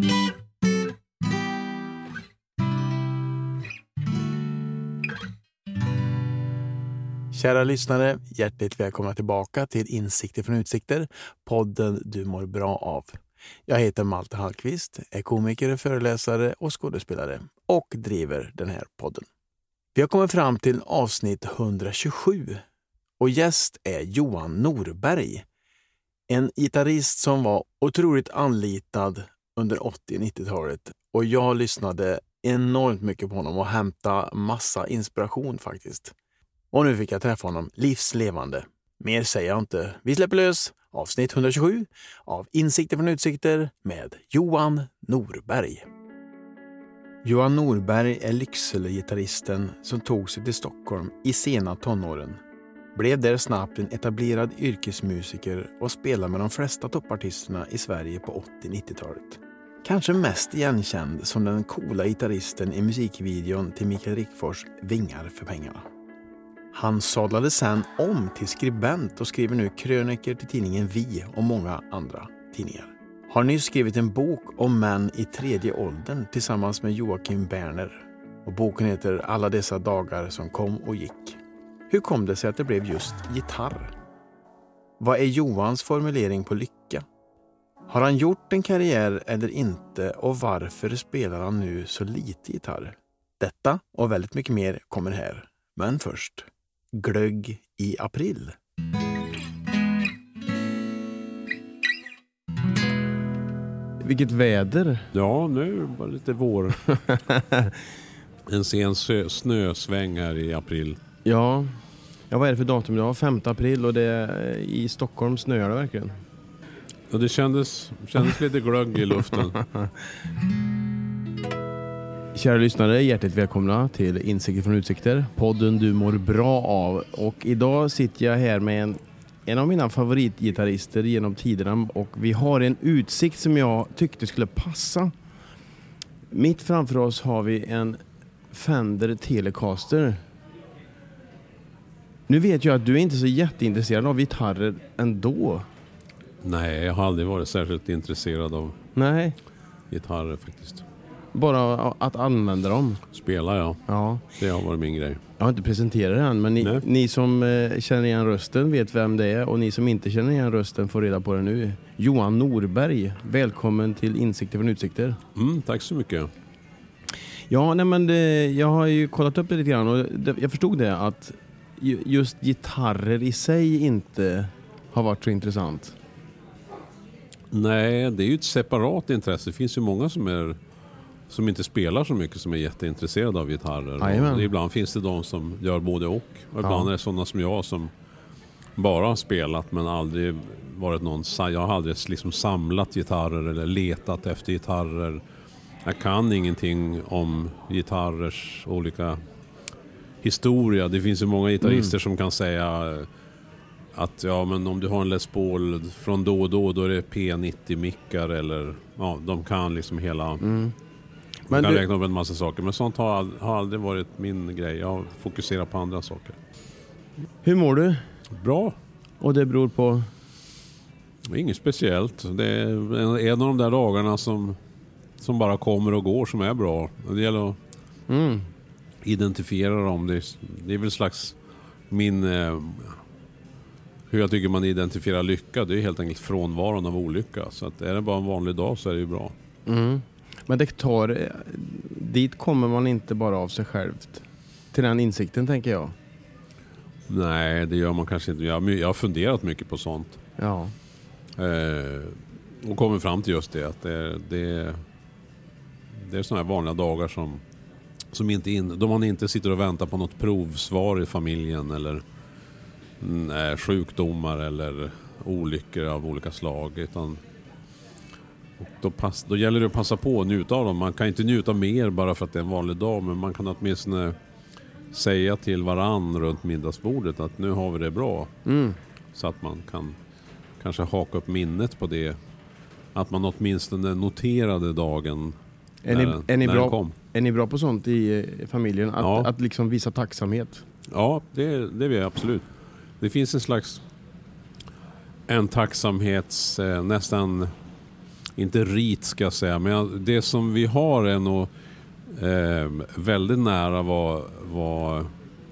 Kära lyssnare, hjärtligt välkomna tillbaka till Insikter från utsikter, podden du mår bra av. Jag heter Malte Hallqvist, är komiker, föreläsare och skådespelare och driver den här podden. Vi har kommit fram till avsnitt 127 och gäst är Johan Norberg. En gitarrist som var otroligt anlitad under 80- och 90-talet och jag lyssnade enormt mycket på honom och hämtade massa inspiration faktiskt. Och nu fick jag träffa honom livslevande. Mer säger jag inte. Vi släpper lös avsnitt 127 av Insikter från utsikter med Johan Norberg. Johan Norberg är Lycksele-gitarristen som tog sig till Stockholm i sena tonåren. Blev där snabbt en etablerad yrkesmusiker och spelade med de flesta toppartisterna i Sverige på 80-90-talet. Kanske mest igenkänd som den coola gitarristen i musikvideon till Mikael Rickfors Vingar för pengarna. Han sadlade sen om till skribent och skriver nu kröniker till tidningen Vi och många andra tidningar. Har nyss skrivit en bok om män i tredje åldern tillsammans med Joakim Berner. Och boken heter Alla dessa dagar som kom och gick. Hur kom det sig att det blev just gitarr? Vad är Johans formulering på lycka? Har han gjort en karriär eller inte och varför spelar han nu så lite gitarr? Detta och väldigt mycket mer kommer här. Men först, glögg i april. Vilket väder. Ja, nu var det lite vår. En sen snösväng här i april. Ja, vad är det för datum idag? 5 april och det är i Stockholm snöar det verkligen. Och det kändes lite glögg i luften. Kära lyssnare, hjärtligt välkomna till Insikter från utsikter. Podden du mår bra av. Och idag sitter jag här med en av mina favoritgitarrister genom tiderna. Och vi har en utsikt som jag tyckte skulle passa. Mitt framför oss har vi en Fender Telecaster. Nu vet jag att du är inte så jätteintresserad av gitarrer ändå. Nej, jag har aldrig varit särskilt intresserad av gitarrer faktiskt. Bara att använda dem. Spelar jag. Ja. Det har varit min grej. Jag har inte presenterat det än, men ni som känner igen rösten vet vem det är. Och ni som inte känner igen rösten får reda på det nu. Johan Norberg, välkommen till Insikter från utsikter. Tack så mycket. Ja, jag har ju kollat upp det lite grann och jag förstod det att just gitarrer i sig inte har varit så intressant. Nej, det är ju ett separat intresse. Det finns ju många som inte spelar så mycket som är jätteintresserade av gitarrer. Och ibland finns det de som gör både och ibland är det sådana som jag som bara har spelat men aldrig varit jag har aldrig liksom samlat gitarrer eller letat efter gitarrer. Jag kan ingenting om gitarrers olika historia. Det finns ju många gitarrister som kan säga att men om du har en Les Paul från då är det P90-mickar eller de kan liksom hela man kan räkna upp en massa saker, men sånt har aldrig varit min grej. Jag fokuserar på andra saker. Hur mår du? Bra. Och det beror på? Inget speciellt. Det är en av de där dagarna som bara kommer och går som är bra. Det gäller att identifiera dem. Det är väl slags hur jag tycker man identifierar lycka. Det är helt enkelt frånvaron av olycka. Så att är det bara en vanlig dag så är det ju bra. Men dit kommer man inte bara av sig självt. Till den insikten tänker jag. Nej, det gör man kanske inte. Jag har funderat mycket på sånt. Ja. Och kommer fram till just det. Att det är såna här vanliga dagar som då man inte sitter och väntar på något provsvar i familjen eller sjukdomar eller olyckor av olika slag, utan då gäller det att passa på och njuta av dem. Man kan inte njuta mer bara för att det är en vanlig dag, men man kan åtminstone säga till varann runt middagsbordet att nu har vi det bra. Så att man kan kanske haka upp minnet på det, att man åtminstone noterade dagen när den kom. Är ni bra på sånt i familjen? Att liksom visa tacksamhet? Ja, det är vi absolut. Det finns en tacksamhets nästan inte rit ska jag säga, men det som vi har är nog väldigt nära vad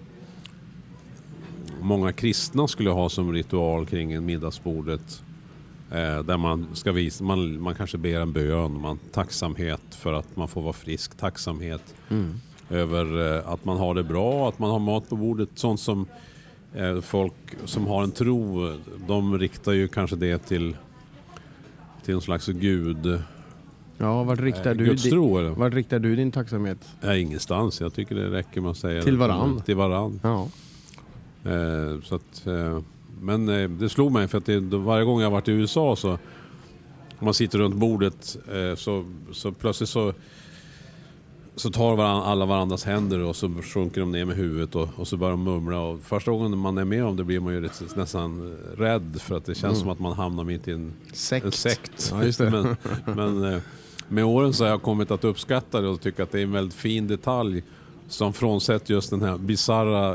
många kristna skulle ha som ritual kring en middagsbordet, där man ska visa, man kanske ber en bön, tacksamhet för att man får vara frisk, tacksamhet över att man har det bra, att man har mat på bordet, sånt som folk som har en tro, de riktar ju kanske det till en slags gud. Ja, vart riktar du din tacksamhet? Ingenstans, jag tycker det räcker med att säga till varann. Till varann. Ja. Så att, men det slog mig för att varje gång jag har varit i USA så om man sitter runt bordet så plötsligt så tar alla varandras händer och så sjunker de ner med huvudet och så börjar de mumla, och första gången man är med om det blir man ju nästan rädd för att det känns som att man hamnar mitt i en sekt. Ja, just det. men med åren så har jag kommit att uppskatta det och tycka att det är en väldigt fin detalj som frånsett just den här bizarra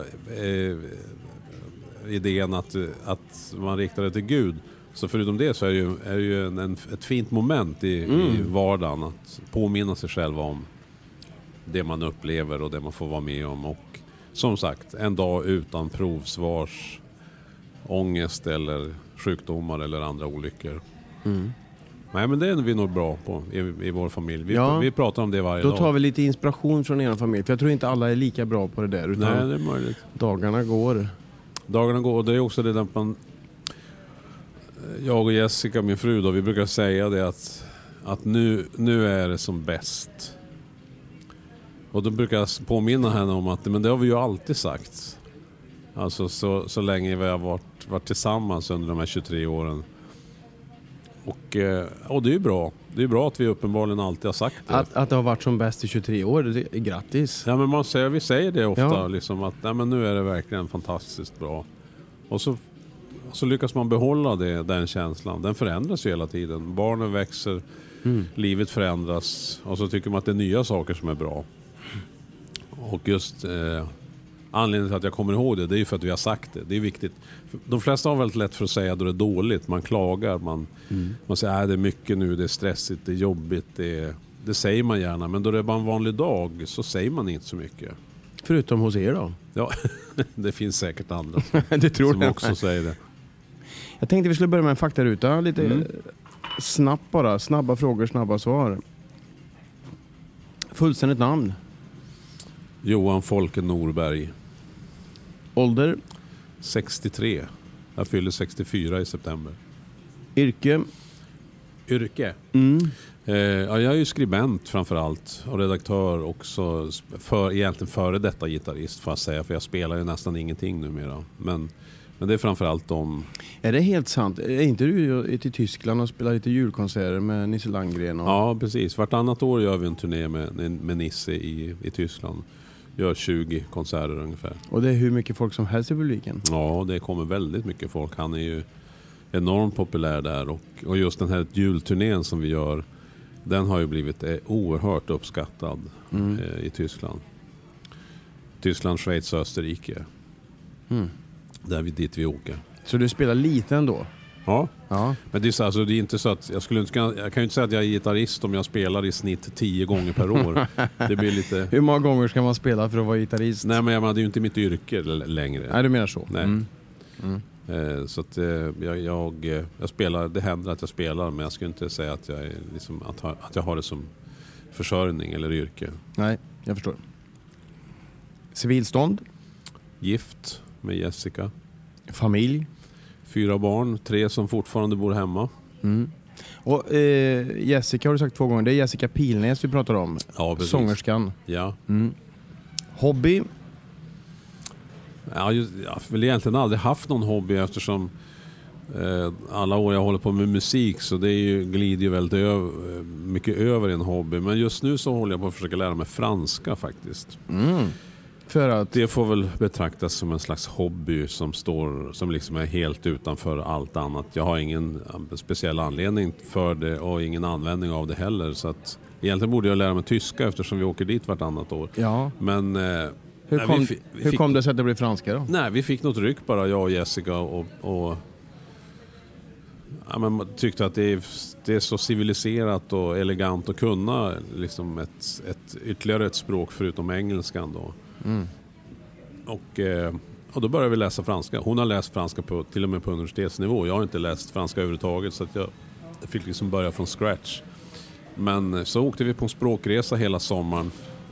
idén att man riktar det till Gud. Så förutom det så är det ju ett fint moment i vardagen att påminna sig själv om det man upplever och det man får vara med om. Och som sagt, en dag utan provsvars ångest eller sjukdomar eller andra olyckor. Nej, men det är vi nog bra på i vår familj. Vi pratar om det varje dag. Då tar vi lite inspiration från er familj. För jag tror inte alla är lika bra på det där. Utan nej, det är möjligt. Dagarna går. Och det är också det där jag och Jessica, min fru då, vi brukar säga det att nu är det som bäst. Och då brukar jag påminna henne om att men det har vi ju alltid sagt. Alltså så länge vi har varit tillsammans under de här 23 åren. Och det är ju bra. Det är bra att vi uppenbarligen alltid har sagt det. Att det har varit som bäst i 23 år, det är grattis. Ja, men vi säger det ofta liksom att nej, men nu är det verkligen fantastiskt bra. Och så lyckas man behålla den känslan. Den förändras ju hela tiden. Barnen växer, livet förändras och så tycker man att det är nya saker som är bra. Och just anledningen till att jag kommer ihåg det är ju för att vi har sagt det. Det är viktigt. De flesta har väldigt lätt för att säga då det är dåligt. Man klagar, man säger det är mycket nu, det är stressigt, det är jobbigt. Det säger man gärna, men då det är bara en vanlig dag så säger man inte så mycket. Förutom hos er då? Ja, det finns säkert andra det tror som också säger det. Jag tänkte vi skulle börja med en faktaruta. Lite snabbt bara. Snabba frågor, snabba svar. Fullständigt namn? Johan Folke Norberg. Ålder? 63. Jag fyller 64 i september. Yrke? Jag är ju skribent framförallt och redaktör också, egentligen före detta gitarrist får jag säga, för jag spelar ju nästan ingenting numera. Men det är framförallt om... Är det helt sant? Är inte du till Tyskland och spelar lite julkonserter med Nisse Landgren? Ja, precis. Vartannat år gör vi en turné med Nisse i Tyskland. Gör 20 konserter ungefär. Och det är hur mycket folk som helst i publiken? Ja, det kommer väldigt mycket folk. Han är ju enormt populär där. Och just den här julturnén som vi gör, den har ju blivit oerhört uppskattad i Tyskland. Tyskland, Schweiz och Österrike. Dit vi åker. Så du spelar lite ändå? Ja. Men det är, alltså, det är inte så att jag kan ju inte säga att jag är gitarrist om jag spelar i snitt 10 gånger per år. Det blir lite... Hur många gånger ska man spela för att vara gitarrist? Nej, men det är ju inte mitt yrke längre. Nej, du menar så? Nej. Så att jag spelar, det händer att jag spelar, men jag skulle inte säga att jag är liksom, att jag har det som försörjning eller yrke. Nej, jag förstår. Civilstånd? Gift med Jessica. Familj? 4 barn, 3 som fortfarande bor hemma. Och Jessica har du sagt 2 gånger. Det är Jessica Pilnäs vi pratar om. Ja, precis. Sångerskan. Ja. Hobby? Ja, jag har väl egentligen aldrig haft någon hobby eftersom alla år jag håller på med musik, så det glider ju väldigt mycket över en hobby. Men just nu så håller jag på att försöka lära mig franska faktiskt. För att det får väl betraktas som en slags hobby som liksom är helt utanför allt annat. Jag har ingen speciell anledning för det och ingen användning av det heller. Så att egentligen borde jag lära mig tyska eftersom vi åker dit vartannat år. Ja. Men hur kom det sig att det blev franska då? Nej, vi fick något ryck bara, jag och Jessica och man tyckte att det är så civiliserat och elegant att kunna liksom ytterligare ett språk förutom engelskan då. Och då började vi läsa franska. Hon har läst franska till och med på universitetsnivå. Jag har inte läst franska överhuvudtaget, så att jag fick liksom börja från scratch. Men så åkte vi på en språkresa hela sommaren.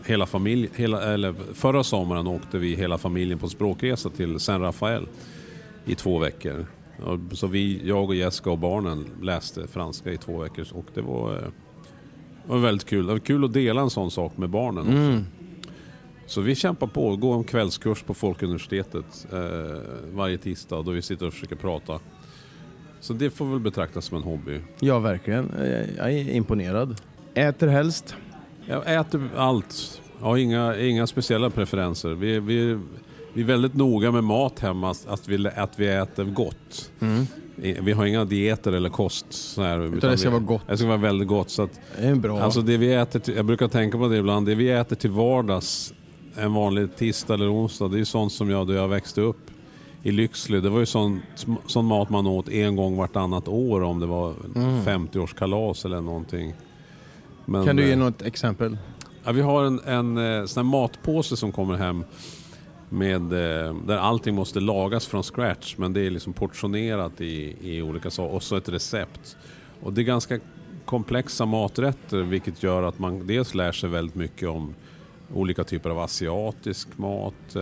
Förra sommaren åkte vi hela familjen på språkresa till Saint Raphael i 2 veckor. Så jag och Jessica och barnen läste franska i 2 veckor. Och det var väldigt kul. Det var kul att dela en sån sak med barnen också. Så vi kämpar på att gå en kvällskurs på Folkuniversitetet varje tisdag då vi sitter och försöker prata. Så det får väl betraktas som en hobby. Ja, verkligen. Jag är imponerad. Äter helst? Jag äter allt. Jag har inga speciella preferenser. Vi är väldigt noga med mat hemma, att vi äter gott. Vi har inga dieter eller kost så här, utan det ska vara gott. Det ska vara väldigt gott, så att det är bra. Alltså det vi äter jag brukar tänka på det ibland. Det vi äter till vardags en vanlig tisdag eller onsdag, det är ju sånt som då jag växte upp i Lycksele. Det var ju sån mat man åt en gång vartannat år om det var 50-årskalas eller någonting. Men, kan du ge något exempel? Ja, vi har en sån här matpåse som kommer hem med, där allting måste lagas från scratch, men det är liksom portionerat i olika saker, och så ett recept. Och det är ganska komplexa maträtter, vilket gör att man dels lär sig väldigt mycket om olika typer av asiatisk mat,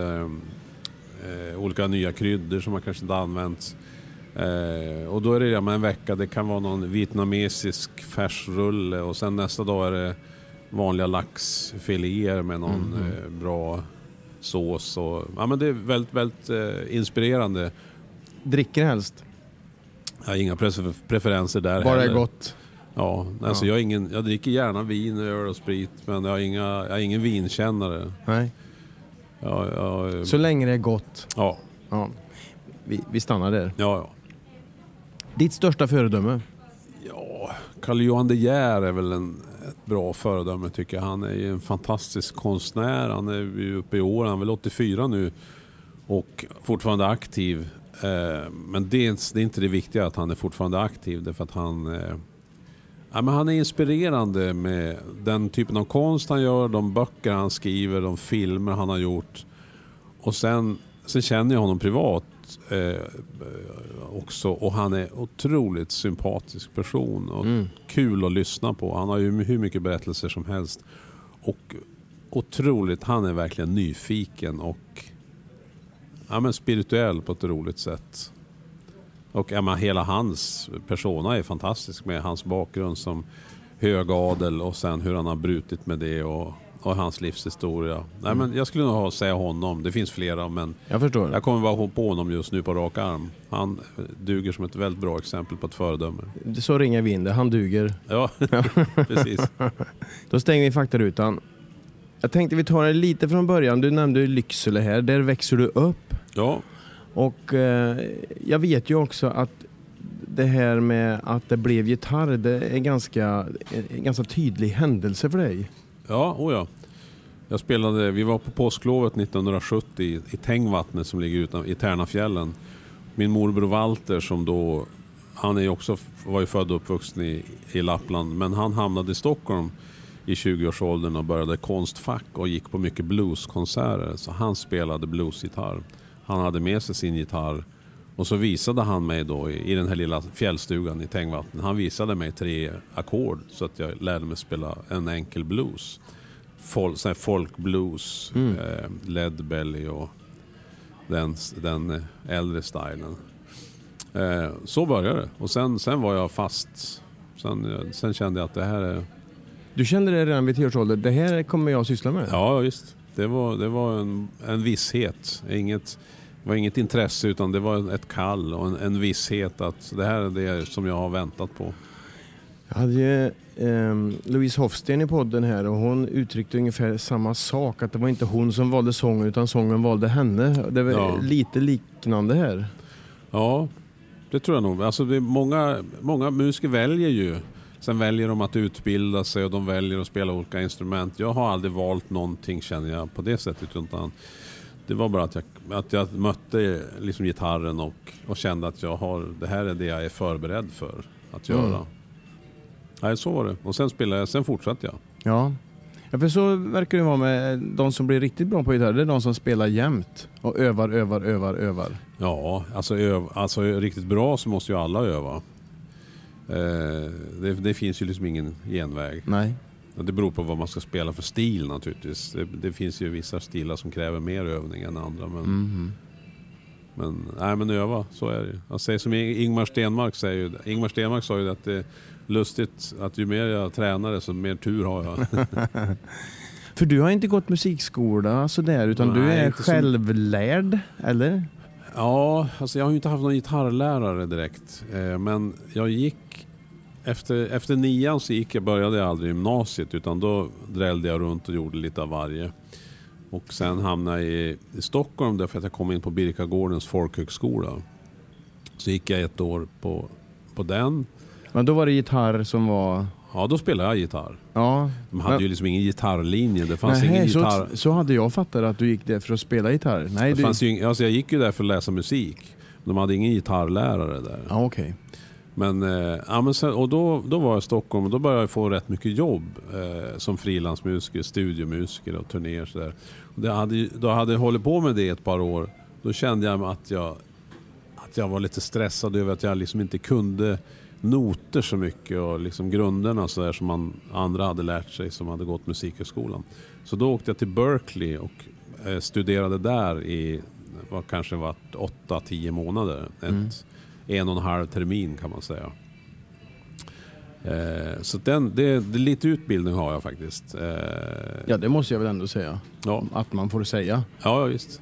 olika nya kryddor som man kanske inte använt. Och då är det med en vecka, det kan vara någon vietnamesisk färsrulle, och sen nästa dag är det vanliga laxfiléer med någon bra sås. Men det är väldigt, väldigt inspirerande. Dricker helst? Jag har inga preferenser där. Bara är gott? Ja, alltså jag dricker gärna vin, öl och sprit, men jag är ingen vinkännare. Nej. Så länge det är gott? Ja. Vi stannar där. Ja. Ditt största föredöme? Ja, Carl Johan De Geer är väl ett bra föredöme, tycker jag. Han är ju en fantastisk konstnär. Han är ju uppe i år, han är väl 84 nu och fortfarande aktiv. Men det är inte det viktiga att han är fortfarande aktiv, därför att han är inspirerande med den typen av konst han gör, de böcker han skriver, de filmer han har gjort. Och sen känner jag honom privat också, och han är otroligt sympatisk person och kul att lyssna på. Han har ju hur mycket berättelser som helst, och otroligt, han är verkligen nyfiken och spirituell på ett roligt sätt. Och hela hans persona är fantastisk, med hans bakgrund som högadel och sen hur han har brutit med det och hans livshistoria. Nej, men jag skulle nog säga honom. Det finns flera, men jag förstår. Jag kommer bara på honom just nu på rak arm. Han duger som ett väldigt bra exempel på ett föredöme. Så ringer vi in det. Han duger. Ja, precis. Då stänger vi faktarutan. Jag tänkte vi tar det lite från början. Du nämnde Lycksele här. Där växer du upp. Ja. Och jag vet ju också att det här med att det blev gitarr, det är en ganska tydlig händelse för dig. Ja. Vi var på påsklovet 1970 i Tängvattnet som ligger i Tärnafjällen. Min morbror Walter, som då, han var ju född och uppvuxen i Lappland, men han hamnade i Stockholm i 20-årsåldern och började konstfack och gick på mycket blueskonserter. Så han spelade bluesgitarr. Han hade med sig sin gitarr, och så visade han mig då i den här lilla fjällstugan i Tängvatten. Han visade mig 3 ackord, så att jag lärde mig spela en enkel blues. Folkblues, Lead Belly och den äldre stilen. Så började det. Och sen var jag fast. Sen kände jag att det här är... Du kände det redan vid 10-årsåldern? Det här kommer jag att syssla med? Ja, visst. Det var en visshet. Det var inget intresse, utan det var ett kall och en visshet att det här är det som jag har väntat på. Jag hade ju Louise Hofsten i podden här, och hon uttryckte ungefär samma sak. Att det var inte hon som valde sången, utan sången valde henne. Det var lite liknande här. Ja, det tror jag nog. Alltså det är många musiker väljer ju. Sen väljer de att utbilda sig och de väljer att spela olika instrument. Jag har aldrig valt någonting, känner jag, på det sättet, utan Det var bara att jag mötte liksom gitarren och kände att det här är det jag är förberedd för att göra. Nej, så var det. Och sen fortsatte jag. Ja, för så verkar det vara med de som blir riktigt bra på gitarr. Det är de som spelar jämt och övar. Ja, alltså riktigt bra så måste ju alla öva. Det finns ju liksom ingen genväg. Nej. Det beror på vad man ska spela för stil naturligtvis. Det finns ju vissa stilar som kräver mer övning än andra. Men öva, så är det. Jag säger som Ingmar Stenmark säger. Ingmar Stenmark sa ju att det är lustigt att ju mer jag tränar desto mer tur har jag. För du har inte gått musikskola sådär, utan du är självlärd, eller? Ja, alltså jag har ju inte haft någon gitarrlärare direkt. Men jag gick efter 9 så började jag aldrig i gymnasiet, utan då drällde jag runt och gjorde lite av varje. Och sen hamnade jag i Stockholm därför att jag kom in på Birkagårdens folkhögskola. Så gick jag 1 år på den. Men då var det gitarr som var... Ja, då spelade jag gitarr. Ja. De hade ju liksom ingen gitarrlinje. Det fanns ingen gitarr. Så hade jag fattat att du gick där för att spela gitarr. Nej, jag gick ju där för att läsa musik. De hade ingen gitarrlärare där. Ja, okej. Men sen, och då var jag i Stockholm och då började jag få rätt mycket jobb som frilansmusiker, studiomusiker och turnéer så där. Och då hade jag hållit på med det ett par år. Då kände jag att jag var lite stressad över att jag liksom inte kunde noter så mycket och liksom grunderna så där som andra hade lärt sig som hade gått musikhögskolan. Så då åkte jag till Berkeley och studerade där i vad kanske var 8-10 månader. 1,5 termin kan man säga. Så det lite utbildning har jag faktiskt. Ja, det måste jag väl ändå säga. Ja. Att man får säga. Ja, visst.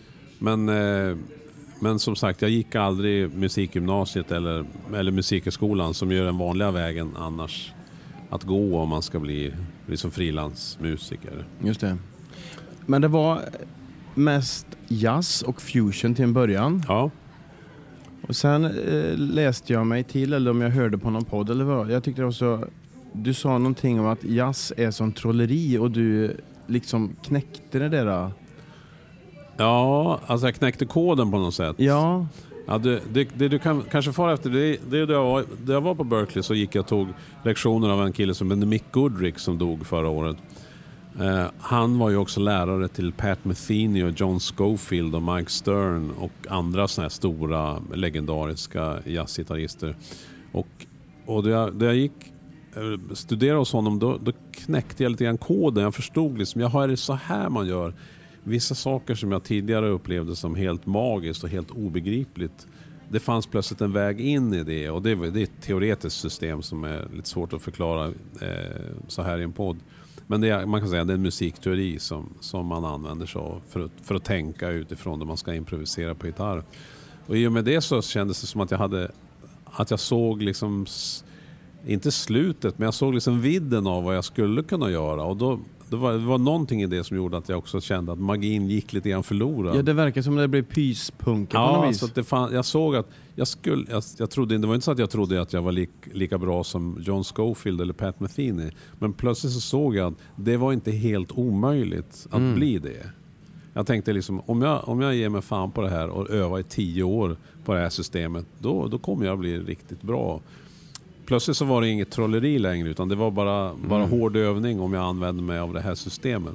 Men som sagt, jag gick aldrig musikgymnasiet eller musikhögskolan som gör den vanliga vägen annars att gå om man ska bli som frilansmusiker. Just det. Men det var mest jazz och fusion till en början. Ja. Och sen läste jag mig till, eller om jag hörde på någon podd eller vad. Jag tyckte också, du sa någonting om att jazz är som trolleri och du liksom knäckte det där. Ja, alltså jag knäckte koden på något sätt. Ja. Ja, det du kan kanske fara efter det där jag var på Berkeley så gick jag och tog lektioner av en kille som hette Mick Goodrick som dog förra året. Han var ju också lärare till Pat Metheny och John Scofield och Mike Stern och andra såna här stora legendariska jazzgitarrister. Och då jag gick studera hos honom då knäckte jag lite grann koden. Jag förstod liksom, är det så här man gör? Vissa saker som jag tidigare upplevde som helt magiskt och helt obegripligt. Det fanns plötsligt en väg in i det och det är ett teoretiskt system som är lite svårt att förklara så här i en podd. Men man kan säga att det är en musikteori som man använder sig av för att tänka utifrån det man ska improvisera på gitarr. Och i och med det så kändes det som att jag såg liksom, inte slutet, men jag såg liksom vidden av vad jag skulle kunna göra. Och då det var någonting i det som gjorde att jag också kände att magin gick lite grann förlorad. Ja, det verkar som det blev pyspunka på något vis. Så jag såg att jag trodde, det var inte så att jag trodde att jag var lika bra som John Scofield eller Pat Metheny, men plötsligt så såg jag att det var inte helt omöjligt att bli det. Jag tänkte liksom, om jag ger mig fan på det här och övar i 10 år på det här systemet, då kommer jag bli riktigt bra. Plötsligt så var det inget trolleri längre, utan det var bara hård övning om jag använde mig av det här systemet.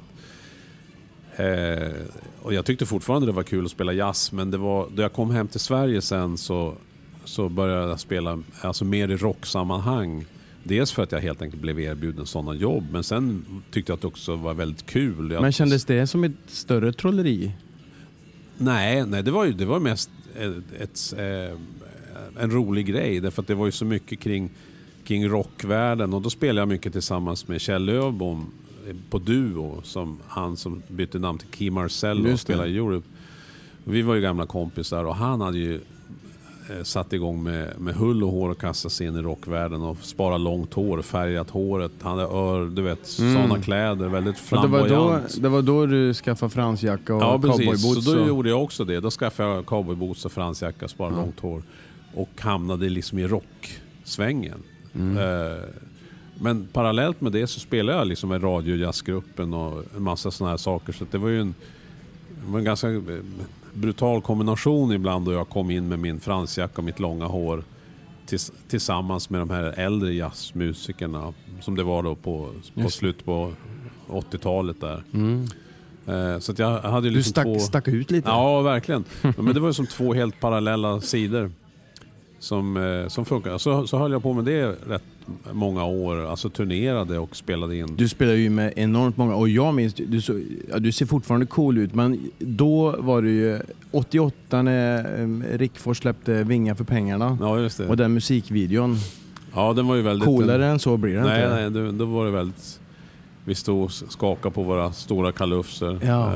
Och jag tyckte fortfarande det var kul att spela jazz, men då jag kom hem till Sverige sen så började jag spela alltså mer i rocksammanhang. Dels för att jag helt enkelt blev erbjuden sådana jobb, men sen tyckte jag att det också var väldigt kul. Men kändes det som ett större trolleri? Nej, det var mest en rolig grej, därför att det var ju så mycket kring rockvärlden, och då spelade jag mycket tillsammans med Kjell Löfbom på Duo, som han som bytte namn till Key Marcello och spelade i Europe. Vi var ju gamla kompisar och han hade ju satt igång med hull och hår och kastat sig in i rockvärlden och spara långt hår, färgat håret, han hade sådana kläder, väldigt flamboyant. Det var då du skaffade fransjacka och cowboyboots. Så då gjorde jag också det. Då skaffade jag cowboyboots och fransjacka, spara långt hår och hamnade liksom i rocksvängen. Men parallellt med det så spelade jag liksom med radiojazzgruppen och en massa såna här saker, så det var ju var en ganska brutal kombination ibland då jag kom in med min fransjacka och mitt långa hår tillsammans med de här äldre jazzmusikerna som det var då på slutet på 80-talet där. Så att jag hade ju liksom du stack ut lite. Ja, verkligen. Men det var ju som två helt parallella sidor som funkar. Så höll jag på med det rätt många år, alltså turnerade och spelade in. Du spelar ju med enormt många, och jag minns, du ser fortfarande cool ut, men då var det ju 88 när Rickfors släppte Vingar för pengarna. Ja, just det. Och den musikvideon. Ja, den var ju väldigt... Coolare än så blir det inte. Nej, då var det väldigt... Vi stod och skakade på våra stora kalufser. Ja.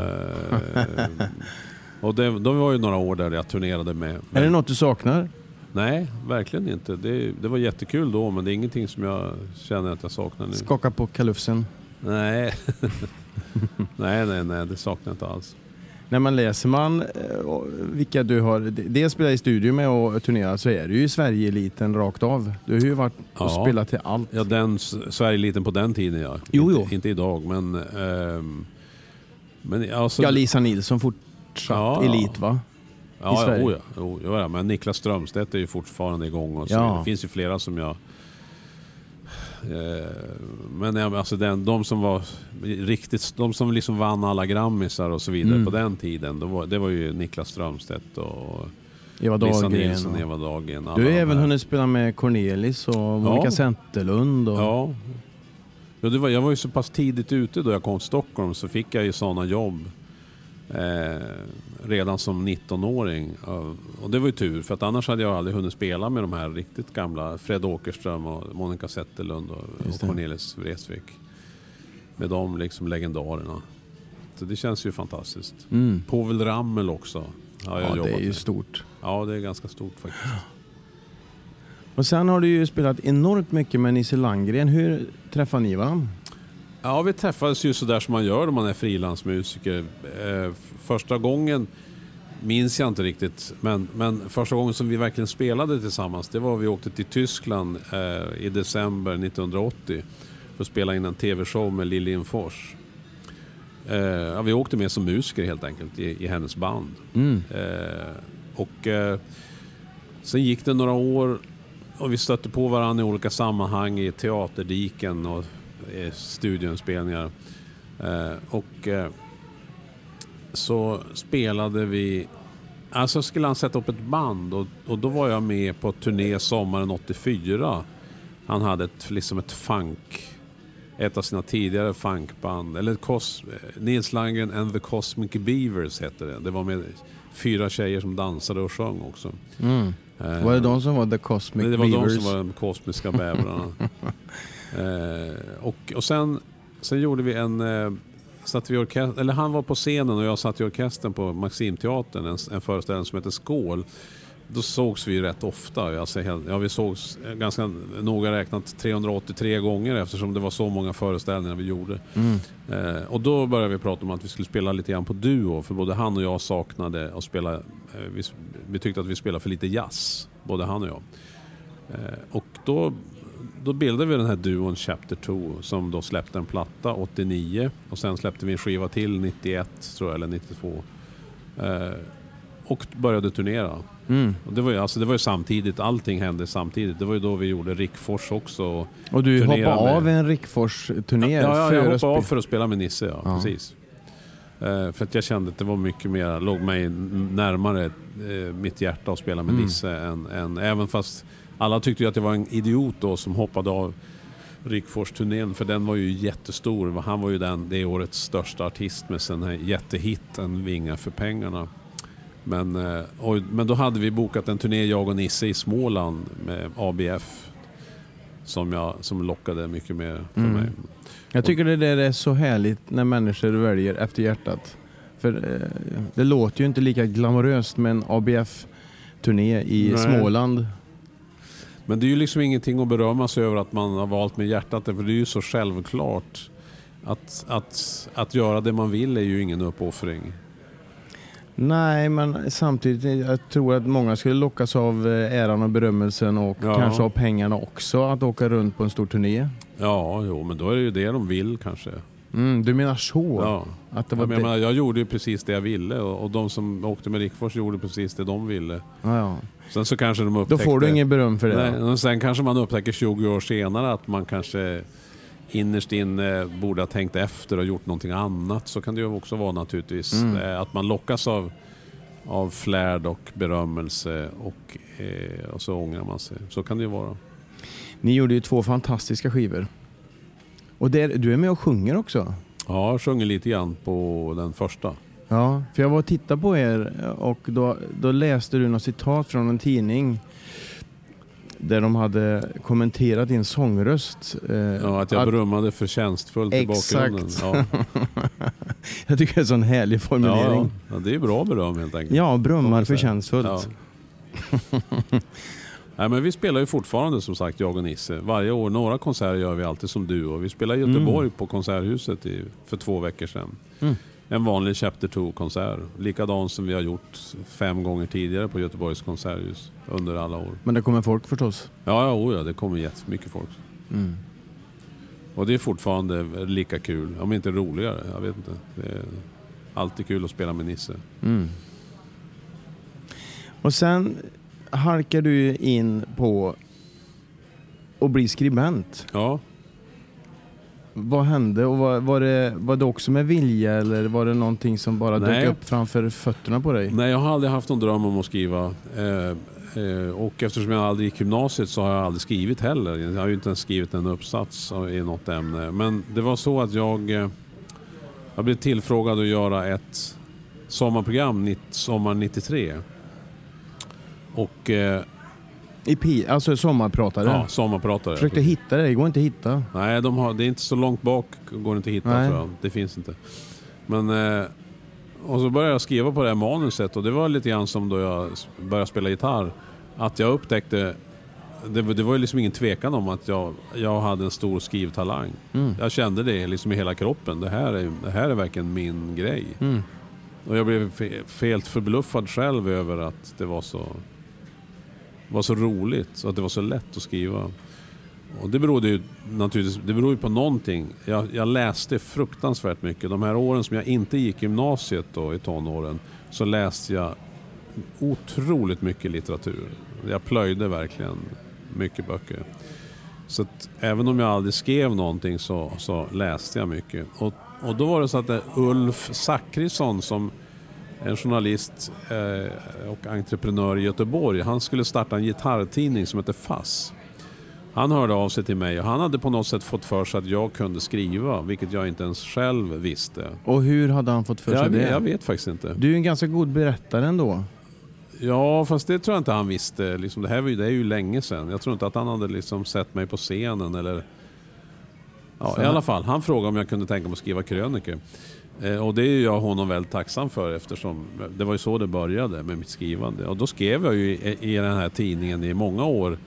Och det var ju några år där jag turnerade med. Är det något du saknar? Nej, verkligen inte. Det var jättekul då, men det är ingenting som jag känner att jag saknar nu. Skaka på kalufsen? Nej. nej, det saknar jag inte alls. När man läser vilka du har dels spelat i studio med och turnerat, så är du ju Sverige-eliten rakt av. Du har ju varit och spelat till allt. Ja, den Sverige-eliten på den tiden, ja. Jo. Inte idag, men alltså... Ja, Lisa Nilsson fortsatt elit, va? Ja, men Niklas Strömstedt är ju fortfarande igång och så. Det finns ju flera som jag men alltså de som var riktigt, de som liksom vann alla Grammisar och så vidare på den tiden, det var ju Niklas Strömstedt och Eva Lisa Dahlgren, Nilsson, Eva Dahlgren. Du har även hunnit spela med Cornelis och Monica Zetterlund och... Ja, jag var ju så pass tidigt ute då jag kom till Stockholm, så fick jag ju sådana jobb redan som 19-åring, och det var ju tur, för att annars hade jag aldrig hunnit spela med de här riktigt gamla Fred Åkerström och Monica Zetterlund och Cornelis Vreeswijk, med de liksom legendarerna. Så det känns ju fantastiskt. Povel Ramel också har jag jobbat det är ju med. stort. Ja, det är ganska stort faktiskt. Och sen har du ju spelat enormt mycket med Nisse Landgren. Hur träffar ni varandra? Ja, vi träffades ju så där som man gör om man är frilansmusiker. Första gången minns jag inte riktigt, men första gången som vi verkligen spelade tillsammans, det var vi åkte till Tyskland i december 1980 för att spela in en tv-show med Lili Fors. Vi åkte med som musiker helt enkelt i hennes band. Sen gick det några år och vi stötte på varandra i olika sammanhang, i teaterdiken och studioinspelningar. Så spelade vi, alltså skulle han sätta upp ett band, och då var jag med på turné sommaren 84. Han hade ett funk, ett av sina tidigare funkband, eller Nils Landgren and the Cosmic Beavers hette det. Det var med 4 tjejer som dansade och sjöng också. Var det de som var the Cosmic Beavers? Det var de som var de kosmiska bävrarna. Och sen gjorde vi han var på scenen och jag satt i orkestern på Maximteatern, en föreställning som heter Skål. Då sågs vi rätt ofta. Vi sågs ganska noga räknat 383 gånger, eftersom det var så många föreställningar vi gjorde. Och då började vi prata om att vi skulle spela lite grann på duo, för både han och jag saknade att spela. Vi tyckte att vi spelade för lite jazz, både han och jag. Och då bildade vi den här duon Chapter 2, som då släppte en platta 89, och sen släppte vi en skiva till 91 tror jag, eller 92, och började turnera. Och det var ju samtidigt, allting hände samtidigt. Det var ju då vi gjorde Rickfors också. Och du hoppade av en Rickfors-turné? Ja, jag hoppade av för att spela med Nisse, precis. För att jag kände att det var mycket mer, låg mig närmare mitt hjärta att spela med Nisse än även fast alla tyckte ju att jag var en idiot då som hoppade av Rickfors-turnén, för den var ju jättestor. Han var ju det årets största artist med sin här jättehitten Vingar för pengarna. Men då hade vi bokat en turné, jag och Nisse, i Småland med ABF som lockade mycket mer för mig. Jag tycker det är så härligt när människor väljer efter hjärtat. För det låter ju inte lika glamoröst med en ABF-turné i Småland. Men det är ju liksom ingenting att berömma sig över att man har valt med hjärtat, för det är ju så självklart att göra det man vill är ju ingen uppoffring. Nej, men samtidigt jag tror att många skulle lockas av äran och berömmelsen och kanske av pengarna också, att åka runt på en stor turné. Ja, men då är det ju det de vill kanske. Du menar så? Ja. Att det var jag gjorde ju precis det jag ville och de som åkte med Rickfors gjorde precis det de ville. Ja. Sen så kanske de upptäckte... Då får du ingen beröm för det. Nej, och sen kanske man upptäcker 20 år senare att man kanske innerst inne borde ha tänkt efter och gjort någonting annat. Så kan det ju också vara naturligtvis. Att man lockas av flärd och berömmelse och så ångrar man sig. Så kan det ju vara. Ni gjorde ju 2 fantastiska skivor. Och du är med och sjunger också. Ja, jag sjunger lite grann på den första. Ja, för jag var och tittade på er och då läste du något citat från en tidning där de hade kommenterat din sångröst. Att jag brummade förtjänstfullt i bakgrunden. Ja. Jag tycker det är en sån härlig formulering. Ja, det är bra beröm helt enkelt. Ja, brummar förtjänstfullt. Ja. Nej, men vi spelar ju fortfarande som sagt, jag och Nisse. Varje år, några konserter gör vi alltid som duo. Vi spelar i Göteborg på Konserthuset för 2 veckor sedan. En vanlig Chapter 2-konsert. Likadan som vi har gjort 5 gånger tidigare på Göteborgs konserthus under alla år. Men det kommer folk förstås? Ja, det kommer jättemycket folk. Och det är fortfarande lika kul, om inte roligare. Jag vet inte. Det är alltid kul att spela med Nisse. Och sen halkar du in på att bli skribent. Ja. Vad hände? Och var det också med vilja eller var det någonting som bara dök upp framför fötterna på dig? Nej, jag har aldrig haft någon dröm om att skriva. Och eftersom jag aldrig gick gymnasiet så har jag aldrig skrivit heller. Jag har ju inte ens skrivit en uppsats i något ämne. Men det var så att jag blev tillfrågad att göra ett sommarprogram sommar 93. Och... alltså sommarpratare? Ja, sommarpratare. Försökte hitta det går inte att hitta. Nej, det är inte så långt bak, går inte att hitta tror jag. Det finns inte. Men och så började jag skriva på det här manuset och det var lite grann som då jag började spela gitarr. Att jag upptäckte, det var ju liksom ingen tvekan om att jag hade en stor skrivtalang. Jag kände det liksom i hela kroppen. Det här är verkligen min grej. Och jag blev helt förbluffad själv över att det var så roligt och att det var så lätt att skriva. Och det beror ju på någonting. Jag läste fruktansvärt mycket. De här åren som jag inte gick gymnasiet då, i tonåren, så läste jag otroligt mycket litteratur. Jag plöjde verkligen mycket böcker. Så att även om jag aldrig skrev någonting så läste jag mycket. Och då var det så att Ulf Zachrisson som en journalist och entreprenör i Göteborg, han skulle starta en gitarrtidning som heter Fass. Han hörde av sig till mig och han hade på något sätt fått för sig att jag kunde skriva, vilket jag inte ens själv visste. Och hur hade han fått för sig det? Jag vet faktiskt inte. Du är en ganska god berättare ändå. Ja, fast det tror jag inte han visste. Liksom, det är ju länge sedan. Jag tror inte att han hade liksom sett mig på scenen eller... Ja, i alla fall. Han frågade om jag kunde tänka mig att skriva krönikor. Och det är jag honom väldigt tacksam för eftersom det var ju så det började med mitt skrivande. Och då skrev jag ju i den här tidningen i många år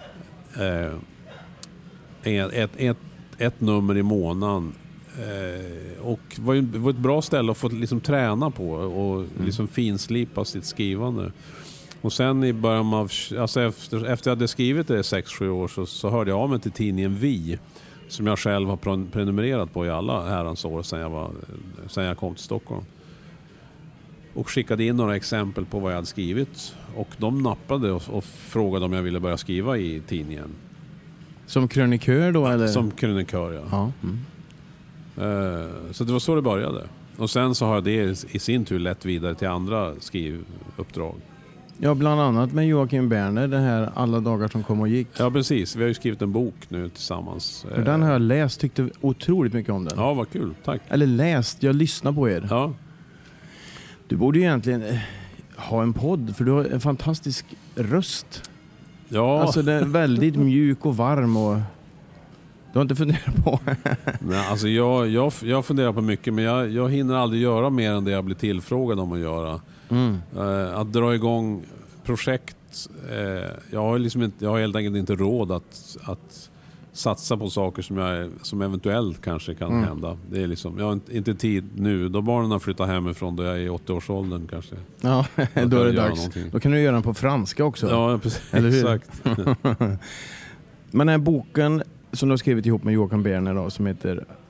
ett nummer i månaden. Och det var ett bra ställe att få liksom träna på och liksom finslipa sitt skrivande. Och sen i början av, alltså efter jag hade skrivit det 6-7 år så hörde jag av mig till tidningen Vi, som jag själv har prenumererat på i alla herrans år sen jag kom till Stockholm. Och skickade in några exempel på vad jag hade skrivit. Och de nappade och frågade om jag ville börja skriva i tidningen. Som krönikör då? Eller? Som krönikör, ja. Så det var så det började. Och sen så har jag det i sin tur lett vidare till andra skrivuppdrag. Ja, bland annat med Joakim Berner, det här Alla dagar som kom och gick. Ja, precis. Vi har ju skrivit en bok nu tillsammans. För den har jag läst, tyckte otroligt mycket om den. Ja, vad kul. Tack. Eller läst, jag lyssnar på er. Ja. Du borde ju egentligen ha en podd, för du har en fantastisk röst. Ja. Alltså den är väldigt mjuk och varm och... Du har inte funderat på? Nej, alltså jag funderar på mycket, men jag hinner aldrig göra mer än det jag blir tillfrågad om att göra. Att dra igång projekt, jag har helt enkelt inte råd att satsa på saker som eventuellt kanske kan hända. Det är liksom, jag har inte tid nu. Då barnen har flyttat hemifrån då jag är i 80-årsåldern kanske. Ja, då är det dags. Någonting. Då kan du göra den på franska också. Ja, precis. Eller hur? Exakt. Men den här boken som du har skrivit ihop med Joakim Berner då, som heter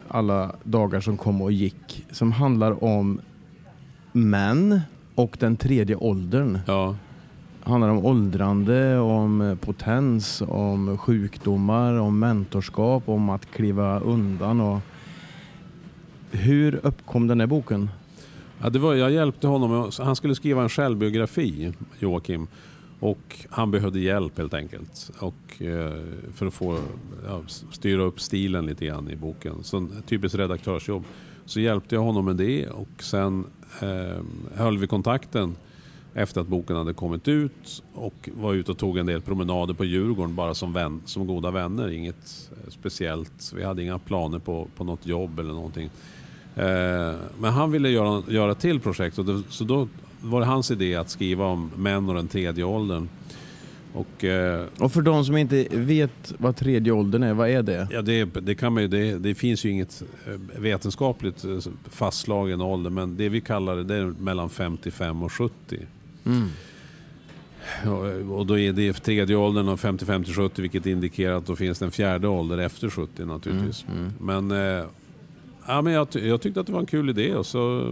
alla dagar som kom och gick, som handlar om män och den tredje åldern. Ja. Handlar om åldrande, om potens, om sjukdomar, om mentorskap, om att kliva undan. Och hur uppkom den här boken? Ja, jag hjälpte honom. Han skulle skriva en självbiografi, Joakim. Och han behövde hjälp helt enkelt. Och för att få styra upp stilen lite grann i boken. Så typiskt redaktörsjobb. Så hjälpte jag honom med det. Och sen höll vi kontakten efter att boken hade kommit ut. Och var ute och tog en del promenader på Djurgården bara som goda vänner. Inget speciellt. Vi hade inga planer på något jobb eller någonting. Men han ville göra till projekt. Så då var det hans idé att skriva om män och den tredje åldern. Och för de som inte vet vad tredje åldern är, vad är det? Ja, det kan man ju, det finns ju inget vetenskapligt fastslagen ålder, men det vi kallar det är mellan 55 och 70. Mm. Och då är det tredje åldern av 55 till 70, vilket indikerar att då finns den fjärde åldern efter 70 naturligtvis. Men jag tyckte att det var en kul idé, och så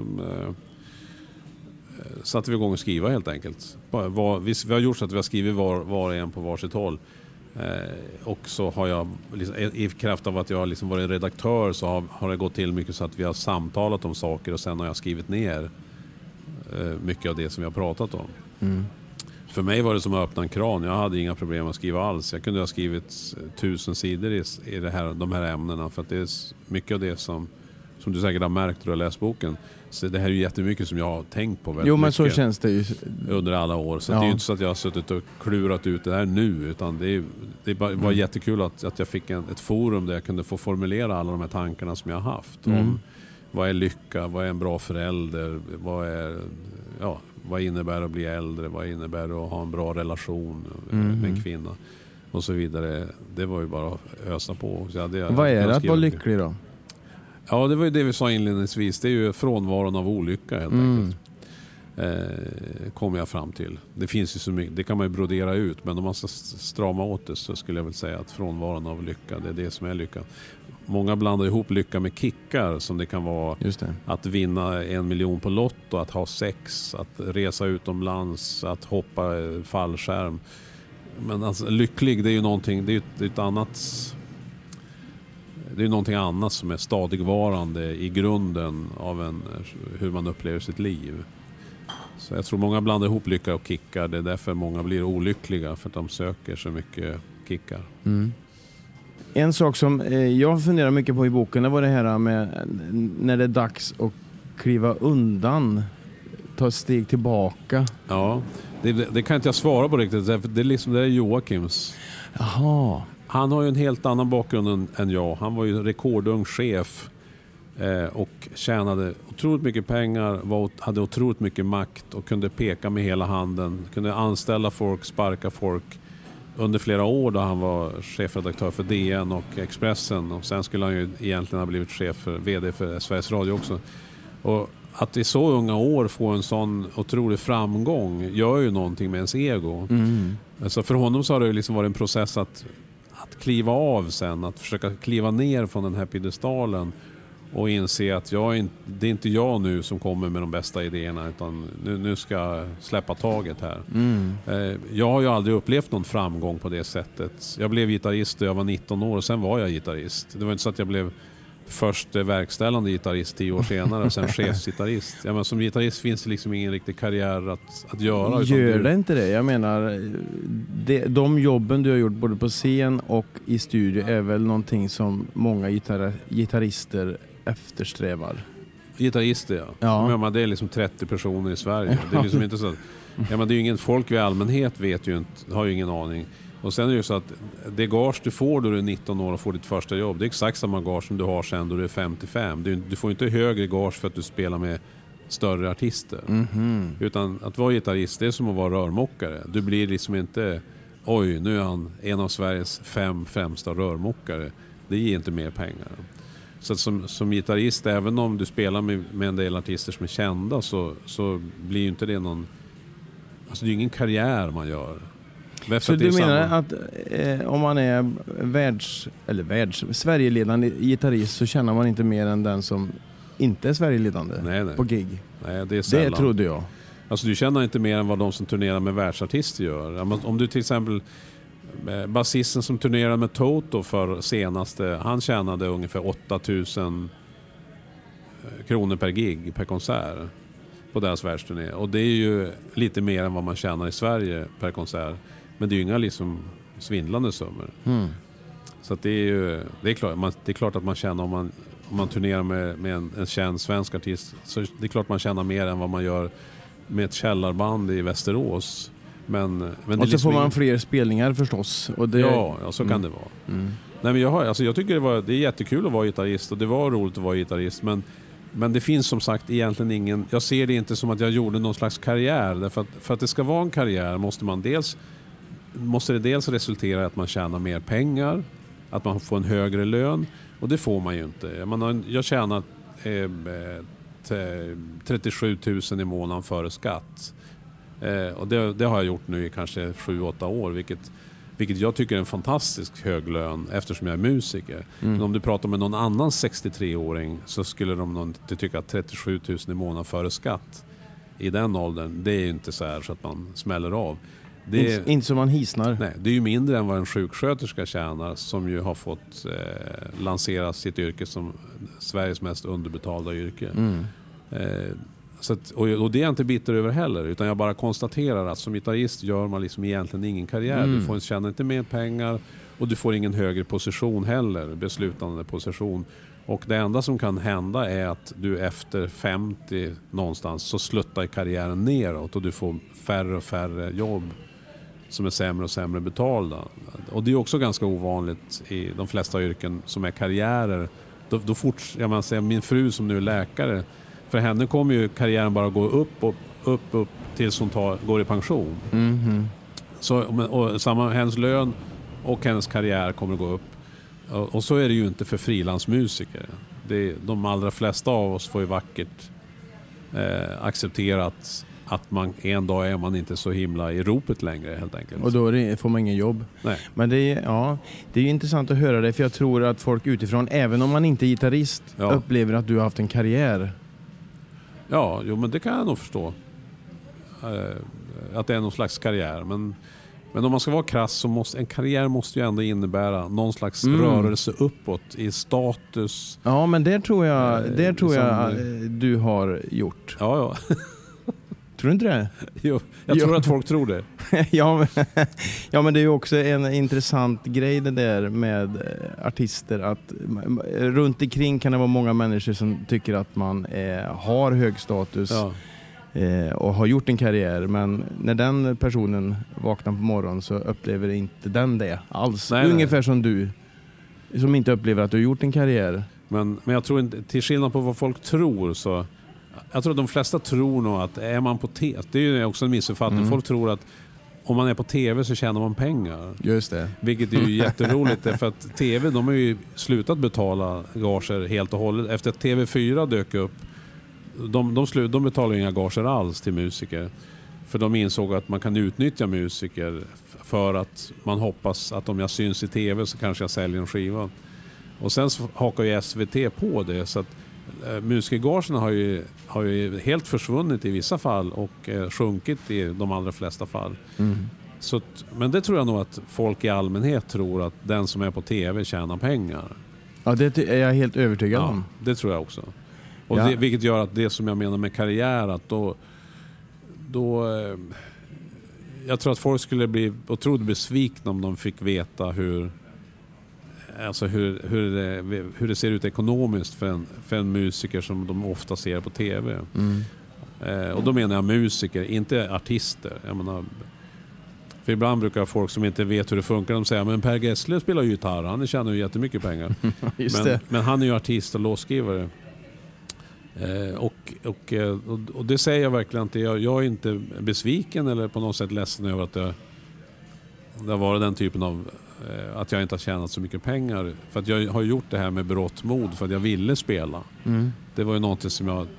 satte vi igång och skriva helt enkelt. Vi har gjort så att vi har skrivit var och en på varsitt håll. Och så har jag, liksom, i kraft av att jag har liksom varit redaktör, så har det gått till mycket så att vi har samtalat om saker, och sen har jag skrivit ner mycket av det som vi har pratat om. Mm. För mig var det som att öppna en kran. Jag hade inga problem att skriva alls. Jag kunde ha skrivit 1000 sidor i de här ämnena, för att det är mycket av det som du säkert har märkt när du har läst boken. Så det här är ju jättemycket som jag har tänkt på väldigt men mycket. Så känns det ju under alla år. Så det är ju inte så att jag har suttit och klurat ut det här nu, utan det var jättekul att jag fick ett forum där jag kunde få formulera alla de här tankarna som jag har haft. Om vad är lycka, vad är en bra förälder, vad innebär att bli äldre, vad innebär att ha en bra relation med en kvinna och så vidare. Det var ju bara att ösa på. Så vad är det att vara lycklig då? Ja, det var ju det vi sa inledningsvis. Det är ju frånvaron av olycka helt enkelt. Kommer jag fram till. Det finns ju så mycket, det kan man ju brodera ut, men om man ska strama åt det, så skulle jag väl säga att frånvaron av lycka, det är det som är lycka. Många blandar ihop lycka med kickar, som det kan vara att vinna 1 miljon på lotto, att ha sex, att resa utomlands, att hoppa fallskärm. Men alltså, lycklig, det är ju någonting, det är ett annat. Det är någonting annat som är stadigvarande i grunden av hur man upplever sitt liv. Så jag tror många blandar ihop lycka och kickar. Det är därför många blir olyckliga, för att de söker så mycket kickar. Mm. En sak som jag funderar mycket på i boken, det var det här med när det är dags att kliva undan, ta ett steg tillbaka. Ja, det kan inte jag svara på riktigt. Det är Joakims. Jaha. Han har ju en helt annan bakgrund än jag. Han var ju rekordung chef och tjänade otroligt mycket pengar, hade otroligt mycket makt och kunde peka med hela handen. Kunde anställa folk, sparka folk under flera år då han var chefredaktör för DN och Expressen. Och sen skulle han ju egentligen ha blivit vd för Sveriges Radio också. Och att i så unga år få en sån otrolig framgång gör ju någonting med ens ego. Mm. Alltså för honom så har det ju liksom varit en process att kliva av sen, att försöka kliva ner från den här piedestalen och inse att det är inte jag nu som kommer med de bästa idéerna, utan nu ska jag släppa taget här. Jag har ju aldrig upplevt någon framgång på det sättet. Jag blev gitarrist när jag var 19 år, och sen var jag gitarrist. Det var inte så att jag blev först verkställande gitarrist 10 år senare och sen chefsgitarrist. Ja, men som gitarrist finns det liksom ingen riktig karriär att göra. Gör det inte det? Jag menar, de jobben du har gjort både på scen och i studio är väl någonting som många gitarrister eftersträvar. Gitarrister, ja. Men det är liksom 30 personer i Sverige. Det är liksom inte så att, det är ju ingen folk i allmänhet vet ju inte, har ju ingen aning. Och sen är det ju så att det gage du får då du är 19 år och får ditt första jobb, det är exakt samma gage som du har sen då du är 55. Du får inte högre gage för att du spelar med större artister. Utan att vara gitarrist, det är som att vara rörmokare. Du blir liksom inte, oj, nu är han en av Sveriges 5 främsta rörmokare. Det ger inte mer pengar. Så som gitarrist, även om du spelar med en del artister som är kända, så blir ju inte det någon, alltså det är ingen karriär man gör. Så du menar att om man är Sverigeledande gitarrist så känner man inte mer än den som inte är Sverigeledande på gig? Nej, det är sällan. Det trodde jag. Alltså du känner inte mer än vad de som turnerar med världsartister gör. Om du till exempel basisten som turnerar med Toto för senaste, han tjänade ungefär 8000 kronor per gig, per konsert på deras världsturné. Och det är ju lite mer än vad man tjänar i Sverige per konsert. Men det är ju inga liksom svindlande summor. Så att det är klart att man tjänar om man turnerar med en känd svensk artist. Så det är klart man tjänar mer än vad man gör med ett källarband i Västerås. Men och det så liksom får man fler spelningar förstås. Och det... Ja, så kan det vara. Nej, men jag tycker det är jättekul att vara gitarrist och det var roligt att vara gitarrist. Men det finns som sagt egentligen ingen... Jag ser det inte som att jag gjorde någon slags karriär. Därför för att det ska vara en karriär måste det dels resultera i att man tjänar mer pengar, att man får en högre lön, och det får man ju inte. Jag tjänar 37 000 i månaden före skatt. Och det har jag gjort nu i kanske 7-8 år, vilket jag tycker är en fantastisk hög lön eftersom jag är musiker. Men om du pratar med någon annan 63-åring så skulle de nog inte tycka att 37 000 i månaden före skatt i den åldern, det är inte så här så att man smäller av. Det är, inte som man hisnar. Nej, det är ju mindre än vad en sjuksköterska tjänar, som ju har fått lansera sitt yrke som Sveriges mest underbetalda yrke. Så att, och det är jag inte bitter över heller, utan jag bara konstaterar att som gitarrist gör man liksom egentligen ingen karriär. Du får tjäna inte mer pengar och du får ingen högre position heller, beslutande position. Och det enda som kan hända är att du efter 50 någonstans så sluttar i karriären neråt och du får färre och färre jobb som är sämre och sämre betalda. Och det är också ganska ovanligt i de flesta yrken som är karriärer. Min fru som nu är läkare, för henne kommer ju karriären bara gå upp tills hon går i pension. Så, och hennes lön och hennes karriär kommer att gå upp. Och så är det ju inte för frilansmusiker. De allra flesta av oss får ju vackert accepterat att man en dag är man inte så himla i ropet längre, helt enkelt. Och då får man ingen jobb. Nej. Men det är intressant att höra det, för jag tror att folk utifrån, även om man inte är gitarrist, upplever att du har haft en karriär. Ja, men det kan jag nog förstå. Att det är någon slags karriär. Men om man ska vara krass så måste en karriär måste ju ändå innebära någon slags rörelse uppåt i status. Ja, men det tror jag du har gjort. Ja. Tror du inte det? Jo, jag tror att folk tror det. ja, men det är ju också en intressant grej det där med artister, att runt omkring kan det vara många människor som tycker att man har hög status och har gjort en karriär, men när den personen vaknar på morgonen så upplever inte den det alls. Nej. Ungefär som du, som inte upplever att du har gjort en karriär. Men jag tror inte, till skillnad på vad folk tror, så jag tror att de flesta tror nog att är man på TV, det är ju också en missuppfattning. Folk tror att om man är på TV så tjänar man pengar. Just det. Vilket är ju jätteroligt, för att TV, de har ju slutat betala gager helt och hållet. Efter att TV4 dök upp, de betalar ju inga gager alls till musiker. För de insåg att man kan utnyttja musiker för att man hoppas att om jag syns i TV så kanske jag säljer en skiva. Och sen hakar ju SVT på det, så att musikergagerna har ju helt försvunnit i vissa fall och sjunkit i de allra flesta fall. Så men det tror jag nog att folk i allmänhet tror, att den som är på TV tjänar pengar. Ja, det är jag helt övertygad om. Det tror jag också. Och vilket gör att det som jag menar med karriär, att då jag tror att folk skulle bli otroligt besvikna om de fick veta hur det ser ut ekonomiskt för en musiker som de ofta ser på TV. Och då menar jag musiker, inte artister. Jag menar, för ibland brukar folk som inte vet hur det funkar, de säger, men Per Gessle spelar ju gitarr, han tjänar ju jättemycket pengar. Men han är ju artist och låtskrivare. Och det säger jag verkligen inte. Jag är inte besviken eller på något sätt ledsen över att det har varit den typen av att jag inte har tjänat så mycket pengar. För att jag har gjort det här med berått mod för att jag ville spela. Det var ju något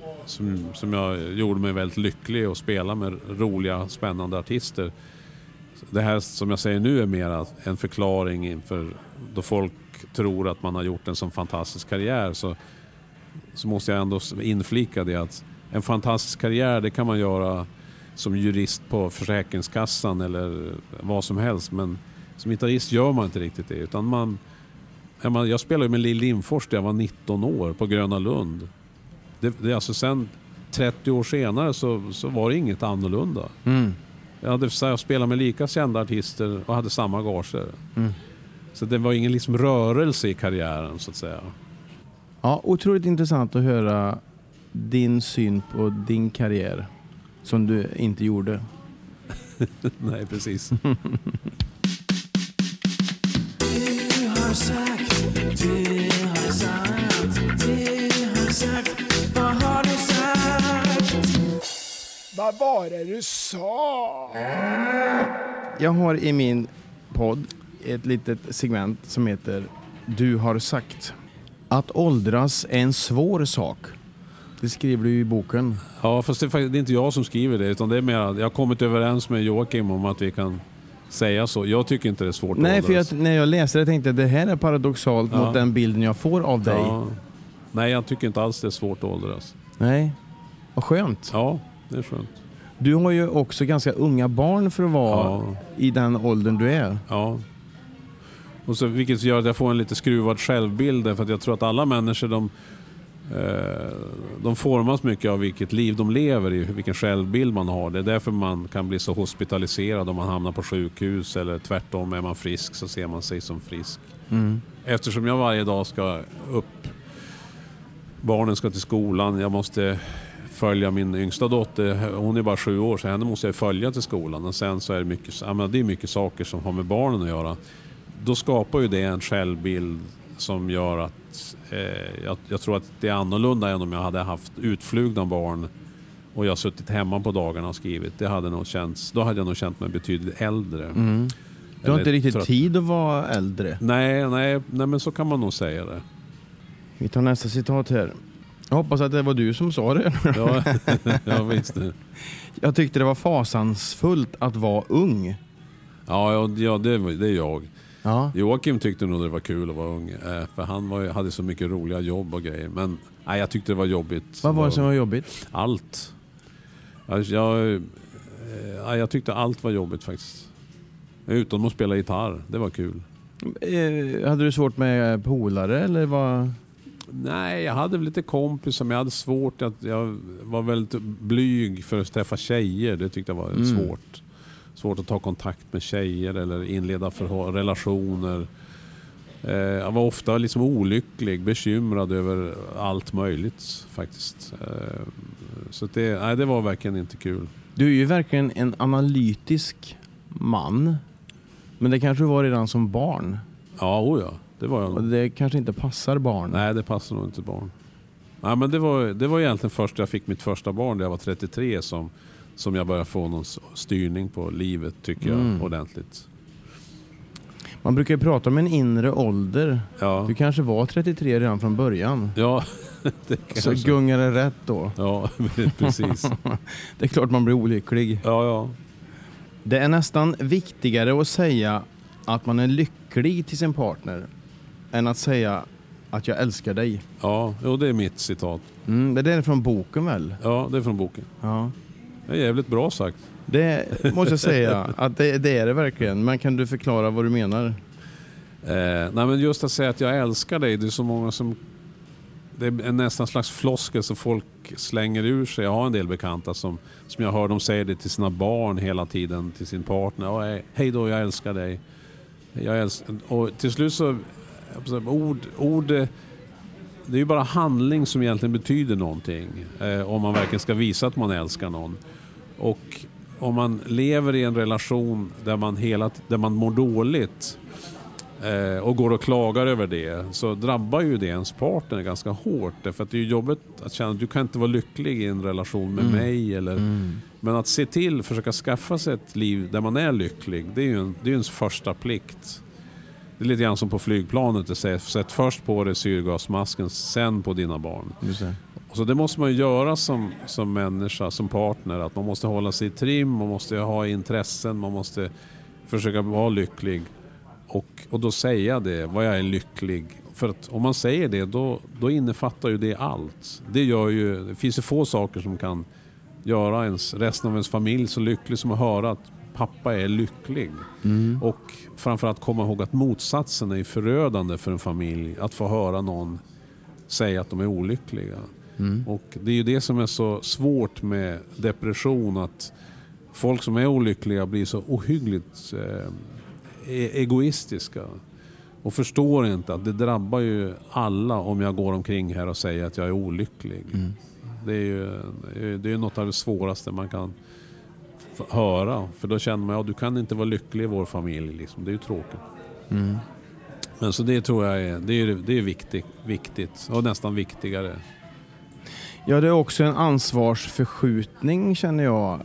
som jag gjorde mig väldigt lycklig, att spela med roliga, spännande artister det här som jag säger nu är mer en förklaring inför då folk tror att man har gjort en sån fantastisk karriär, så måste jag ändå inflika det att en fantastisk karriär, det kan man göra som jurist på Försäkringskassan eller vad som helst, men som gitarrist gör man inte riktigt det, utan jag spelade med Lill Lindfors när jag var 19 år på Gröna Lund. Det är alltså sen 30 år senare så var det inget annorlunda. Jag spelade med lika kända artister och hade samma gager. Så det var ingen liksom rörelse i karriären, så att säga. Ja, otroligt intressant att höra din syn på din karriär som du inte gjorde. Nej, precis. Du har sagt, vad har du sagt? Vad var det du sa? Jag har i min podd ett litet segment som heter Du har sagt. Att åldras är en svår sak. Det skriver du i boken. Ja, fast det är inte jag som skriver det, utan det är mer jag har kommit överens med Joakim om att vi kan säga så. Jag tycker inte det är svårt. Nej, för när jag läste det tänkte jag att det här är paradoxalt mot den bilden jag får av dig. Ja. Nej, jag tycker inte alls det är svårt att åldras. Nej, vad skönt. Ja, det är skönt. Du har ju också ganska unga barn för att vara i den åldern du är. Ja. Och så, vilket gör att jag får en lite skruvad självbild, för att jag tror att alla människor de formas mycket av vilket liv de lever i, vilken självbild man har. Det är därför man kan bli så hospitaliserad om man hamnar på sjukhus, eller tvärtom, är man frisk så ser man sig som frisk. Eftersom jag varje dag ska upp, barnen ska till skolan, jag måste följa min yngsta dotter, hon är bara 7 år, så henne måste jag följa till skolan, och sen så är det mycket saker som har med barnen att göra. Då skapar ju det en självbild som gör att jag tror att det är annorlunda än om jag hade haft utflugna barn och jag suttit hemma på dagarna och skrivit. Då hade jag nog känt mig betydligt äldre. Du har inte riktigt tid att vara äldre. Nej, men så kan man nog säga det. Vi tar nästa citat här. Jag hoppas att det var du som sa det. Ja, visst det. Jag tyckte det var fasansfullt att vara ung. Ja, det är jag. Ja. Joakim tyckte nog det var kul att vara ung, för han hade så mycket roliga jobb och grejer. Men nej, jag tyckte det var jobbigt. Vad var det som var jobbigt? Allt. Jag tyckte allt var jobbigt faktiskt. Utom att spela gitarr, det var kul. Hade du svårt med polare eller vad? Nej, jag hade lite kompisar, men jag hade svårt jag var väldigt blyg för att träffa tjejer. Det tyckte jag var svårt att ta kontakt med tjejer eller inleda relationer. Jag var ofta liksom olycklig, bekymrad över allt möjligt faktiskt. Så det var verkligen inte kul. Du är ju verkligen en analytisk man. Men det kanske var redan som barn. Ja, det var jag nog. Och det kanske inte passar barn. Nej, det passar nog inte barn. Nej, men det var egentligen först jag fick mitt första barn när jag var 33 som jag började få någon styrning på livet, tycker jag, ordentligt. Man brukar ju prata om en inre ålder. Ja. Du kanske var 33 redan från början. Ja, det kanske. Så gungar det rätt då. Ja, precis. Det är klart man blir olycklig. Ja. Det är nästan viktigare att säga att man är lycklig till sin partner än att säga att jag älskar dig. Ja, det är mitt citat. Det är från boken väl? Ja, det är från boken. Ja. Det är jävligt bra sagt. Det måste jag säga, att det är det verkligen. Men kan du förklara vad du menar? Nej, men just att säga att jag älskar dig, det är så många som... Det är nästan slags floskel som folk slänger ur sig. Jag har en del bekanta som jag hör dem säga det till sina barn hela tiden, till sin partner. Hej då, jag älskar dig. Och till slut så... Ord det är ju bara handling som egentligen betyder någonting. Om man verkligen ska visa att man älskar någon. Och om man lever i en relation där man mår dåligt och går och klagar över det, så drabbar ju det ens partner ganska hårt. För att det är ju jobbigt att känna att du kan inte vara lycklig i en relation med mig. Men att se till, försöka skaffa sig ett liv där man är lycklig, det är ju ens första plikt. Det är lite grann som på flygplanet. Det säger, sätt först på dig syrgasmasken, sen på dina barn. Så det måste man ju göra som människa, som partner. Att man måste hålla sig i trim, man måste ha intressen, man måste försöka vara lycklig och då säga det, vad jag är lycklig. För att om man säger det, då innefattar ju det allt. Det finns ju få saker som kan göra resten av ens familj så lycklig som att höra att pappa är lycklig. Och framförallt komma ihåg att motsatsen är förödande för en familj. Att få höra någon säga att de är olyckliga. Och det är ju det som är så svårt med depression, att folk som är olyckliga blir så ohyggligt egoistiska och förstår inte att det drabbar ju alla om jag går omkring här och säger att jag är olycklig. Det är ju något av det svåraste man kan höra, för då känner man att du kan inte vara lycklig i vår familj liksom. Det är ju tråkigt. Men så det tror jag är viktigt och nästan viktigare. Ja, det är också en ansvarsförskjutning, känner jag,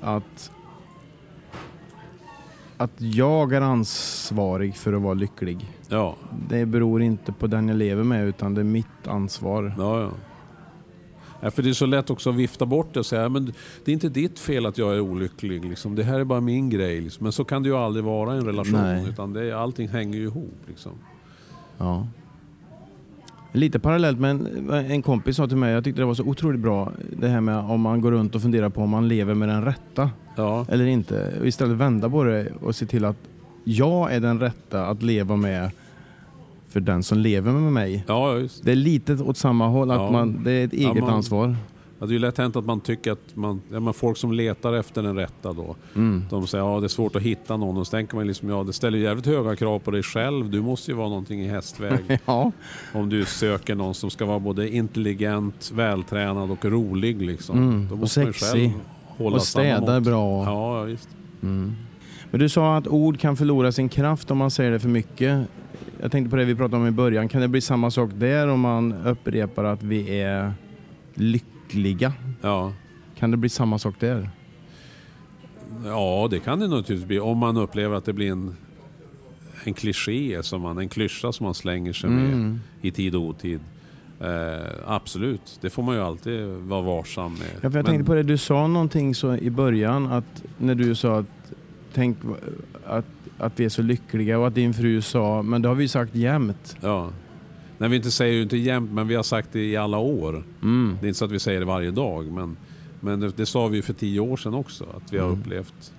att jag är ansvarig för att vara lycklig. Ja. Det beror inte på den jag lever med, utan det är mitt ansvar. Ja. Ja, för det är så lätt också att vifta bort det och säga, men det är inte ditt fel att jag är olycklig. Liksom. Det här är bara min grej. Liksom. Men så kan det ju aldrig vara i en relation. Nej. Utan allting hänger ju ihop. Liksom. Ja. Lite parallellt, men en kompis sa till mig, jag tyckte det var så otroligt bra, det här med om man går runt och funderar på om man lever med den rätta eller inte. Och istället vända på det och se till att jag är den rätta att leva med för den som lever med mig. Ja, just. Det är lite åt samma håll, att det är ett eget ansvar. Ja, det är ju lätt hänt att man tycker att folk som letar efter den rätta då, de säger det är svårt att hitta någon, och så tänker man liksom, det ställer jävligt höga krav på dig själv. Du måste ju vara någonting i hästväg. Om du söker någon som ska vara både intelligent, vältränad och rolig liksom. Då måste och sexy. Man själv hålla och städa bra. Ja, visst. Men du sa att ord kan förlora sin kraft om man säger det för mycket. Jag tänkte på det vi pratade om i början. Kan det bli samma sak där om man upprepar att vi är lyckliga? Ja. Kan det bli samma sak där? Ja, det kan det naturligtvis bli. Om man upplever att det blir en kliché, en klyscha som man slänger sig med i tid och otid. Absolut, det får man ju alltid vara varsam med. Ja, för jag tänkte på det, du sa någonting så i början, att när du sa att tänk att vi är så lyckliga, och att din fru sa, men det har vi sagt jämt. Ja. Nej, vi säger ju inte jämt, men vi har sagt det i alla år. Det är inte så att vi säger det varje dag, men det sa vi ju för 10 år sedan också, att vi har upplevt.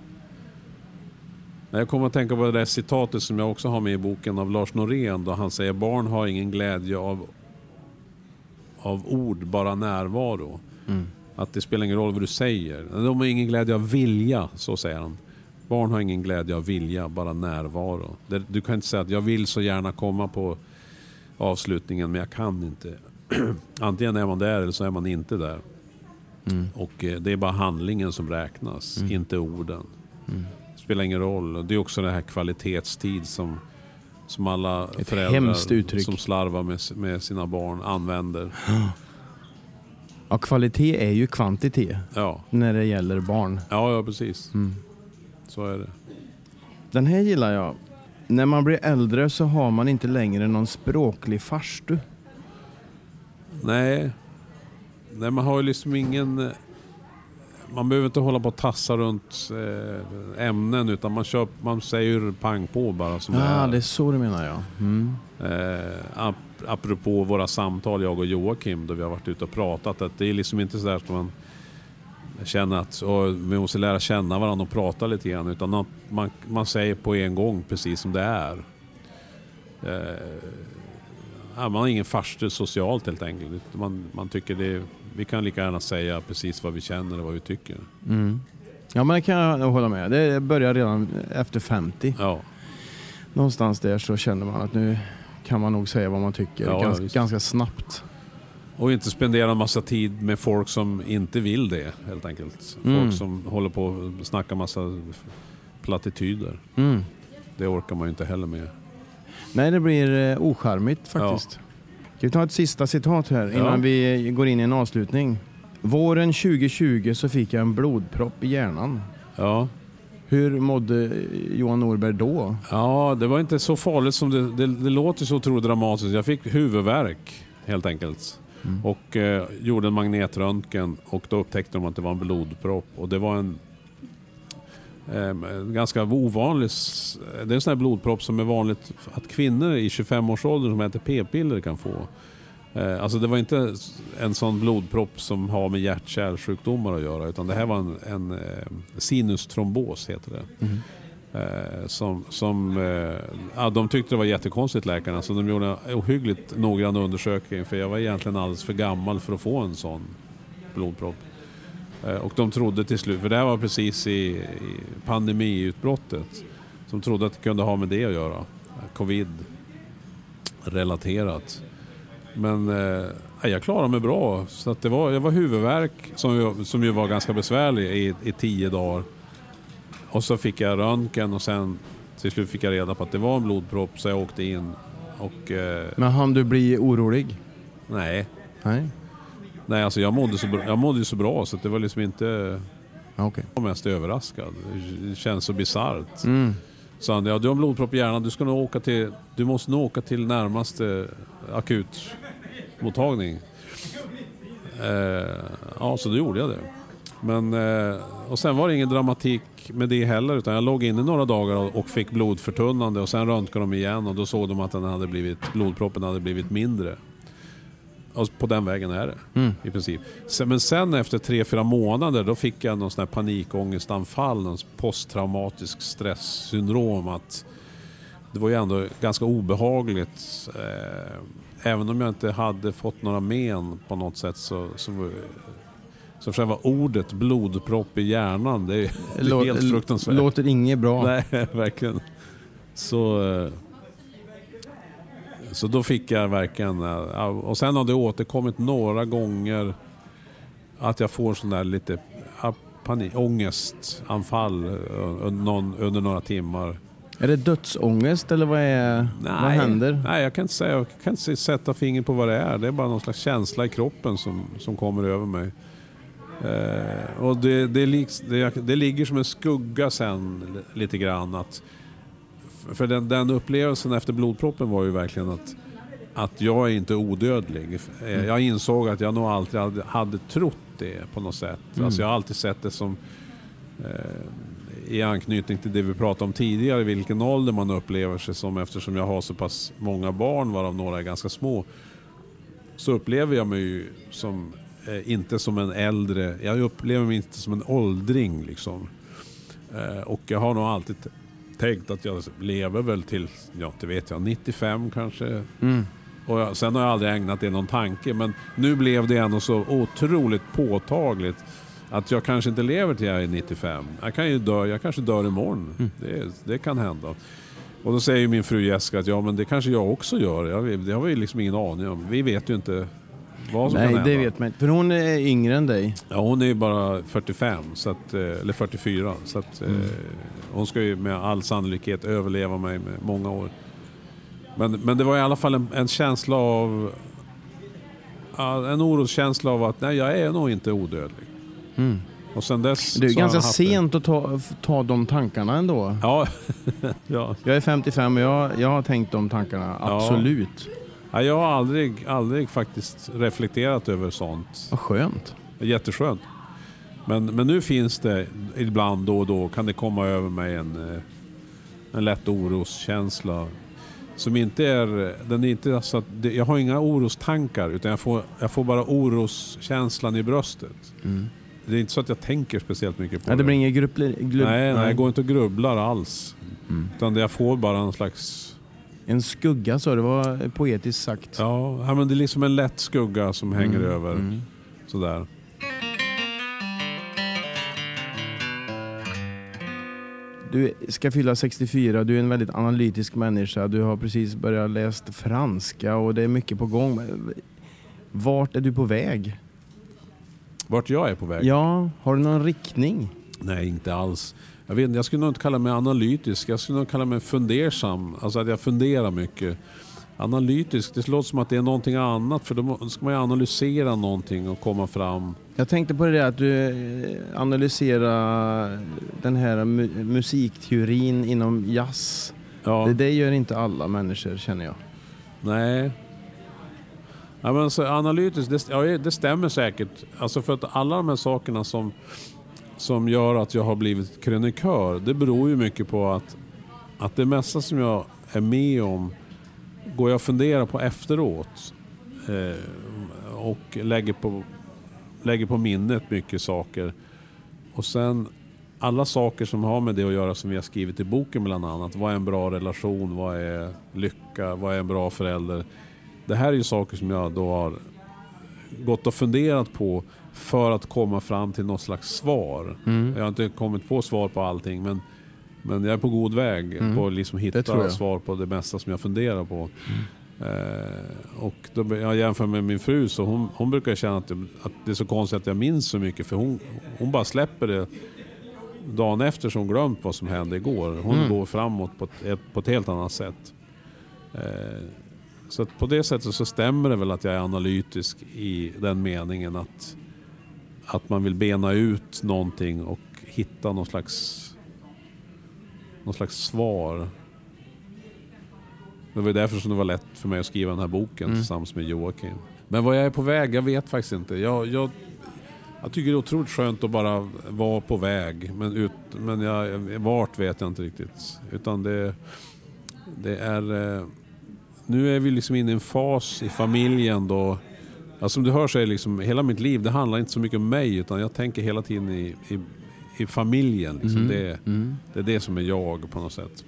Jag kommer att tänka på det där citatet som jag också har med i boken av Lars Norén, då han säger, barn har ingen glädje av ord, bara närvaro. Att det spelar ingen roll vad du säger. De har ingen glädje av vilja, så säger han. Barn har ingen glädje av vilja, bara närvaro. Du kan inte säga att jag vill så gärna komma på avslutningen, men jag kan inte. Antingen är man där eller så är man inte där. Och det är bara handlingen som räknas, inte orden. Det spelar ingen roll. Det är också det här kvalitetstid som alla föräldrar som slarvar med sina barn använder. Ja, kvalitet är ju kvantitet när det gäller barn. Ja, precis. Så är det. Den här gillar jag. När man blir äldre så har man inte längre någon språklig farstu. Nej, man har ju liksom ingen... Man behöver inte hålla på och tassa runt ämnen, utan man säger pang på bara som det är. Det är så du menar, ja. Apropå våra samtal, jag och Joakim, då vi har varit ute och pratat, att det är liksom inte så där som man känner att vi måste lära känna varandra och prata lite grann, utan att man säger på en gång precis som det är. Man har ingen farstu socialt helt enkelt. Man tycker vi kan lika gärna säga precis vad vi känner och vad vi tycker. Ja, men det kan jag hålla med. Det börjar redan efter 50. Ja. Någonstans där så känner man att nu kan man nog säga vad man tycker ganska snabbt. Och inte spendera en massa tid med folk som inte vill det, helt enkelt. Folk som håller på och snackar massa plattityder. Det orkar man ju inte heller med. Nej, det blir ocharmigt faktiskt. Ska vi ta ett sista citat här innan vi går in i en avslutning? Våren 2020 så fick jag en blodpropp i hjärnan. Ja. Hur mådde Johan Norberg då? Ja, det var inte så farligt som det låter så otroligt dramatiskt. Jag fick huvudvärk, helt enkelt. Och gjorde en magnetröntgen, och då upptäckte de att det var en blodpropp. Och det var ganska ovanlig. Det är en sån här blodpropp som är vanligt att kvinnor i 25-årsåldern som äter p-piller kan få. Alltså det var inte en sån blodpropp som har med hjärt-kärlsjukdomar att göra, utan det här var en sinustrombos heter det. De tyckte det var jättekonstigt, läkarna, så de gjorde en ohyggligt noggrann undersökning, för jag var egentligen alldeles för gammal för att få en sån blodpropp. Och de trodde till slut, för det här var precis i pandemiutbrottet, som trodde att det kunde ha med det att göra, covid-relaterat. Men jag klarade mig bra, så att jag var huvudvärk som ju var ganska besvärlig i 10 dagar. Och så fick jag röntgen och sen till slut fick jag reda på att det var en blodpropp, så jag åkte in. Men hann du bli orolig? Nej, alltså jag mådde ju så bra, så att det var liksom inte... Okay. Jag var mest överraskad. Det känns så bizarrt. Så han, du har en blodpropp i hjärnan, du måste nog åka till närmaste akutmottagning. Så då gjorde jag det. Men, och sen var det ingen dramatik med det heller, utan jag låg inne några dagar och fick blodförtunnande, och sen röntgade de igen och då såg de att blodproppen hade blivit mindre. Och på den vägen är det i princip. Men sen efter 3-4 månader då fick jag någon sån här panikångestanfall, någon posttraumatisk stresssyndrom, att det var ju ändå ganska obehagligt. Även om jag inte hade fått några men på något sätt, så själva ordet blodpropp i hjärnan, det är helt fruktansvärt. Låter inget bra. Nej, verkligen. Så då fick jag verkligen, och sen har det återkommit några gånger att jag får sån där lite ångestanfall under några timmar. Är det dödsångest eller vad händer? Nej, jag kan inte sätta fingret på vad det är. Det är bara någon slags känsla i kroppen som kommer över mig. Och det ligger som en skugga sen lite grann för den upplevelsen efter blodproppen var ju verkligen att jag är inte odödlig. Jag insåg att jag nog alltid hade trott det på något sätt. Alltså jag har alltid sett det som i anknytning till det vi pratade om tidigare, vilken ålder man upplever sig som, eftersom jag har så pass många barn, varav några är ganska små, så upplever jag mig ju som inte som en äldre, jag upplever mig inte som en åldring liksom. Och jag har nog alltid tänkt att jag lever väl till, det vet jag, 95 kanske. Och sen har jag aldrig ägnat det någon tanke, men nu blev det ändå så otroligt påtagligt att jag kanske inte lever till jag är 95. Jag kanske dör imorgon. Det kan hända. Och då säger min fru Jessica att men det kanske jag också gör. Det har vi liksom ingen aning om. Vi vet ju inte vad som kan hända. Nej, det vet man inte. För hon är yngre än dig. Ja, hon är bara 45, eller 44. Så att, hon ska ju med all sannolikhet överleva mig med många år. Men det var i alla fall en känsla av... En oroskänsla av att nej, jag är nog inte odödlig. Och sen dess, det är ganska sent att ta de tankarna ändå. Ja. Ja. Jag är 55 och jag har tänkt de tankarna, absolut. Ja, jag har aldrig faktiskt reflekterat över sånt. Vad skönt. Jätteskönt. Men nu finns det ibland då och då kan det komma över mig en lätt oroskänsla som inte är, den är inte så att jag har inga orostankar, utan jag får bara oroskänslan i bröstet. Det är inte så att jag tänker speciellt mycket på det. Det blir ingen Nej, jag går inte och grubblar alls. Utan jag får bara en slags... En skugga, så det var poetiskt sagt. Ja, men det är liksom en lätt skugga som hänger över. Sådär. Du ska fylla 64, du är en väldigt analytisk människa. Du har precis börjat läsa franska och det är mycket på gång. Vart är du på väg? Vart jag är på väg? Ja, har du någon riktning? Nej, inte alls. Jag skulle nog inte kalla mig analytisk. Jag skulle nog kalla mig fundersam. Alltså att jag funderar mycket. Analytisk, det låter som att det är någonting annat. För då ska man ju analysera någonting och komma fram. Jag tänkte på det att du analyserar den här musikteorin inom jazz. Ja. Det gör inte alla människor, känner jag. Nej. Ja, men så analytiskt, det stämmer säkert. Alltså för att alla de här sakerna som som gör att jag har blivit krönikör, det beror ju mycket på att det mesta som jag är med om går jag och funderar på efteråt och lägger på minnet mycket saker. Och sen alla saker som har med det att göra som vi har skrivit i boken bland annat. Vad är en bra relation? Vad är lycka? Vad är en bra förälder? Det här är ju saker som jag då har gått och funderat på för att komma fram till något slags svar. Jag har inte kommit på svar på allting, men jag är på god väg på att liksom hitta svar på det mesta som jag funderar på. Och då jag jämför med min fru, så hon brukar känna att det är så konstigt att jag minns så mycket, för hon bara släpper det dagen efter som glömt vad som hände igår. Hon går framåt på ett helt annat sätt. Så att på det sättet så stämmer det väl att jag är analytisk i den meningen att man vill bena ut någonting och hitta någon slags svar. Det var därför som det var lätt för mig att skriva den här boken tillsammans med Joakim. Men vad jag är på väg, jag vet faktiskt inte. Jag tycker det är otroligt skönt att bara vara på väg. Men vart vet jag inte riktigt. Utan det är... Nu är vi liksom inne i en fas i familjen då... Alltså, som du hör så är liksom, hela mitt liv, det handlar inte så mycket om mig, utan jag tänker hela tiden i familjen. Liksom. Det är det som är jag på något sätt.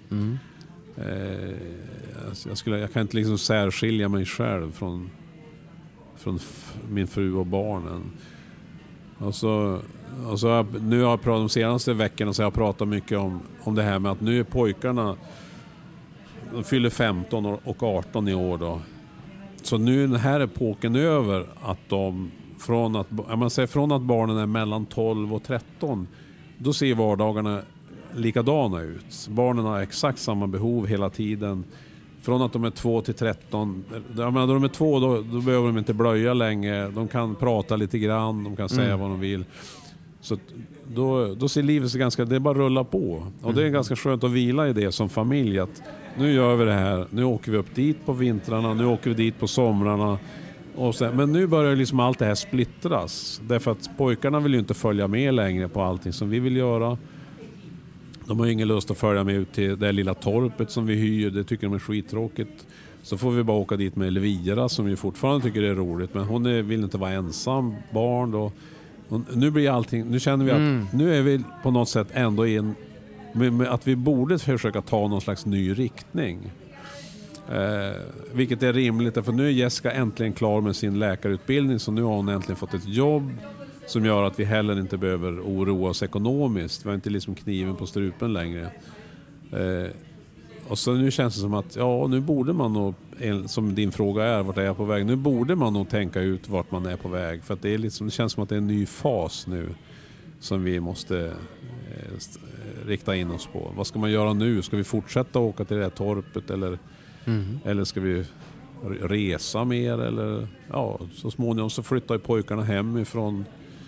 Jag kan inte liksom särskilja mig själv från min fru och barnen. Och så nu har jag pratat de senaste veckorna, så jag har pratat mycket om det här med att nu är pojkarna, de fyller 15 och 18 i år då. Så nu är den här epoken över, att från att barnen är mellan 12 och 13, då ser vardagarna likadana ut. Barnen har exakt samma behov hela tiden. Från att de är 2 till 13, då de är 2 då behöver de inte blöja länge. De kan prata lite grann, de kan säga vad de vill. Så då ser livet så ganska, det är bara rulla på. Och det är ganska skönt att vila i det som familj, att nu gör vi det här, nu åker vi upp dit på vintrarna, nu åker vi dit på somrarna. Men nu börjar liksom allt det här splittras. Därför att pojkarna vill ju inte följa med längre på allting som vi vill göra. De har ingen lust att följa med ut till det lilla torpet som vi hyr. Det tycker de är skittråkigt. Så får vi bara åka dit med Elvira, som ju fortfarande tycker det är roligt. Men hon vill inte vara ensam barn då. Nu blir allting, nu känner vi att nu är vi på något sätt ändå i att vi borde försöka ta någon slags ny riktning. Vilket är rimligt, för nu är Jessica äntligen klar med sin läkarutbildning, så nu har hon äntligen fått ett jobb som gör att vi heller inte behöver oroa oss ekonomiskt. Vi har inte liksom kniven på strupen längre. Och så nu känns det som att nu borde man nog, som din fråga är, vart är jag på väg? Nu borde man nog tänka ut vart man är på väg, för att det känns som att det är en ny fas nu som vi måste rikta in oss på. Vad ska man göra nu? Ska vi fortsätta åka till det här torpet eller ska vi resa mer, eller så småningom så flyttar ju pojkarna hemifrån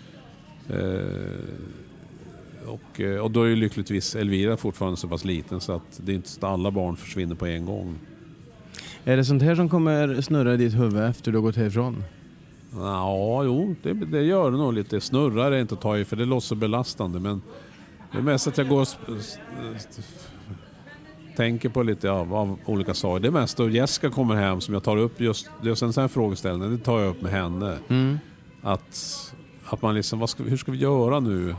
och då är ju lyckligtvis Elvira fortfarande så pass liten, så att det är inte så att alla barn försvinner på en gång. Är det sånt här som kommer snurra i ditt huvud efter du har gått härifrån? Det gör det nog lite. Snurrar är inte att ta i, för det låter så belastande, men det är mest att jag går tänker på lite av olika saker. Det mest då Jessica kommer hem, som jag tar upp just en sån här frågeställning, det tar jag upp med henne. Att man liksom, hur ska vi göra nu?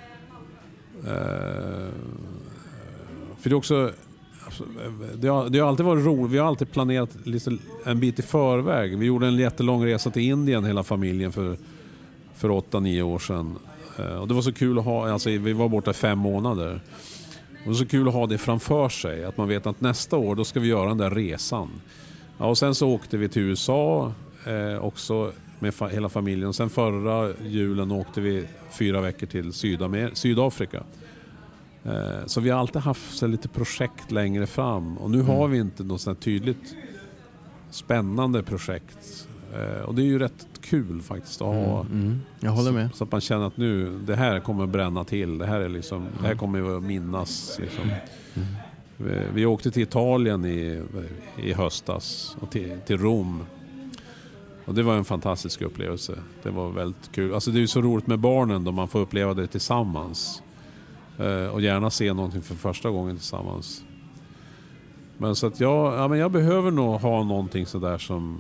För det är också, det har alltid varit roligt. Vi har alltid planerat liksom en bit i förväg. Vi gjorde en jättelång resa till Indien, hela familjen, för 8-9 år sedan. Och det var så kul att ha, alltså vi var borta 5 månader. Och det var så kul att ha det framför sig, att man vet att nästa år då ska vi göra den där resan. Och sen så åkte vi till USA också med hela familjen. Och sen förra julen åkte vi 4 veckor till Sydafrika. Så vi har alltid haft så lite projekt längre fram. Och nu har vi inte något sånt tydligt spännande projekt. Och det är ju rätt kul faktiskt att ha. Jag håller med. Så att man känner att nu, det här kommer bränna till. Det här är liksom, det här kommer vi att minnas liksom. Vi åkte till Italien i höstas och till Rom. Och det var en fantastisk upplevelse. Det var väldigt kul. Alltså det är ju så roligt med barnen då man får uppleva det tillsammans. Och gärna se någonting för första gången tillsammans. Men så att jag behöver nog ha någonting sådär som...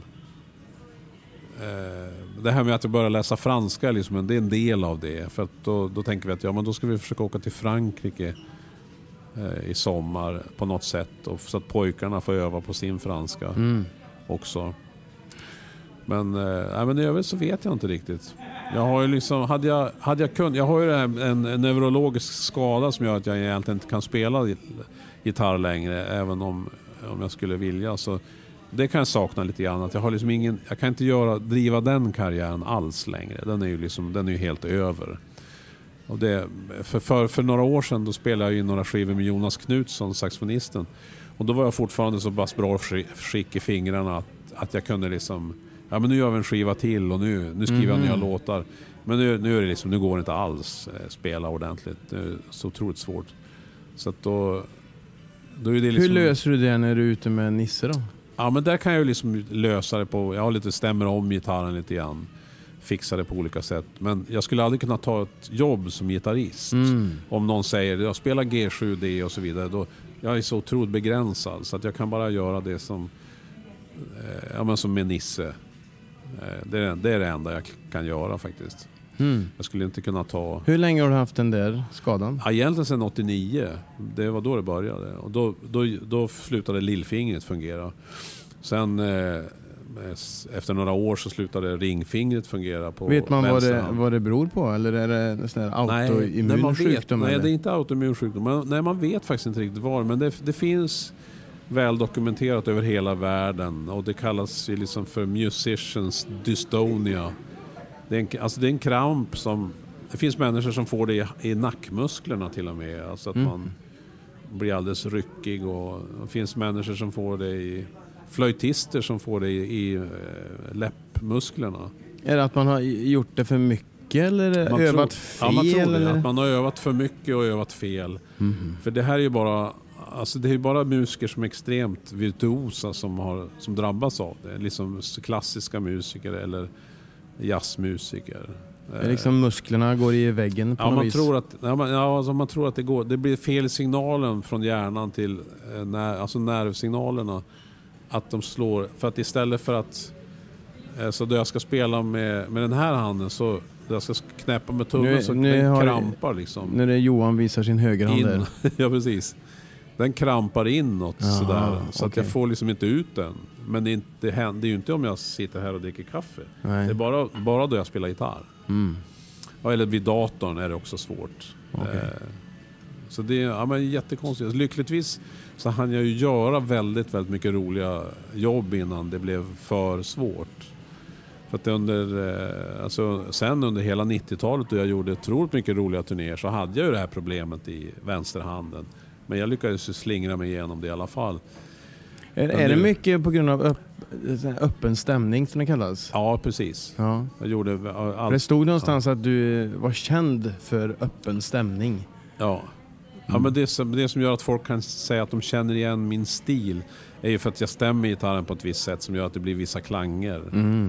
det här med att jag börjar läsa franska liksom, det är en del av det. För att då tänker vi att men då ska vi försöka åka till Frankrike i sommar på något sätt. Och så att pojkarna får öva på sin franska också. Men i övrigt så vet jag inte riktigt. Jag har ju liksom, jag har ju en neurologisk skada som gör att jag egentligen inte kan spela gitarr längre, även om jag skulle vilja. Så det kan jag sakna lite grann. Att jag har liksom jag kan inte driva den karriären alls längre. Den är ju helt över. Och det, för några år sedan då spelade jag ju några skivor med Jonas Knutsson, saxofonisten. Och då var jag fortfarande så pass bra skick i fingrarna att jag kunde liksom... Ja, men nu gör vi en skiva till och nu skriver jag nya låtar. Men nu är det liksom, nu går det inte alls spela ordentligt. Det är så otroligt svårt. Så att då är det liksom... Hur löser du det när du är ute med Nisse då? Ja, men där kan jag ju liksom lösa det på... Jag har lite stämmer om gitarren lite grann. Fixa det på olika sätt. Men jag skulle aldrig kunna ta ett jobb som gitarrist. Om någon säger, jag spelar G7D och så vidare. Då, jag är så otroligt begränsad. Så att jag kan bara göra det som... som med Nisse. Det är det enda jag kan göra faktiskt. Jag skulle inte kunna ta... Hur länge har du haft den där skadan? Ja, egentligen sedan 89. Det var då det började. Och då slutade lillfingret fungera. Sen efter några år så slutade ringfingret fungera på. Vet man vad det beror på? Eller är det en sån här autoimmun sjukdom? Nej, det är inte autoimmun sjukdom. Man vet faktiskt inte riktigt vad. Men det finns... väl dokumenterat över hela världen, och det kallas ju liksom för musicians dystonia. Det är en kramp som... Det finns människor som får det i nackmusklerna till och med. Alltså att man blir alldeles ryckig, och det finns människor som får det i... Flöjtister som får det i läppmusklerna. Är det att man har gjort det för mycket eller övat fel? Ja, man tror det. Eller? Att man har övat för mycket och övat fel. För det här är ju bara... Alltså det är ju bara musiker som är extremt virtuosa som drabbas av det. Liksom klassiska musiker eller jazzmusiker. Det är liksom musklerna går i väggen på något vis. Man tror att det går. Det blir fel signalen från hjärnan till nervsignalerna. Att de slår. För att istället för att så då jag ska spela med den här handen, så då jag ska knäppa med tummen så den krampar liksom. När det Johan visar sin högerhand där. Ja, precis. Den krampar inåt sådär. Så att jag får liksom inte ut den. Men det händer ju inte om jag sitter här och dricker kaffe. Nej. Det är bara då jag spelar gitarr. Eller vid datorn är det också svårt. Så det är jättekonstigt. Lyckligtvis så hann jag ju göra väldigt, väldigt mycket roliga jobb innan det blev för svårt. För att sen under hela 90-talet då jag gjorde otroligt mycket roliga turnéer, så hade jag ju det här problemet i vänsterhanden. Men jag lyckades ju slingra mig igenom det i alla fall. Är det mycket på grund av öppen stämning som det kallas? Ja, precis. Ja. Jag gjorde det stod någonstans att du var känd för öppen stämning. Ja. Ja, men det som gör att folk kan säga att de känner igen min stil är ju för att jag stämmer gitarren på ett visst sätt som gör att det blir vissa klanger.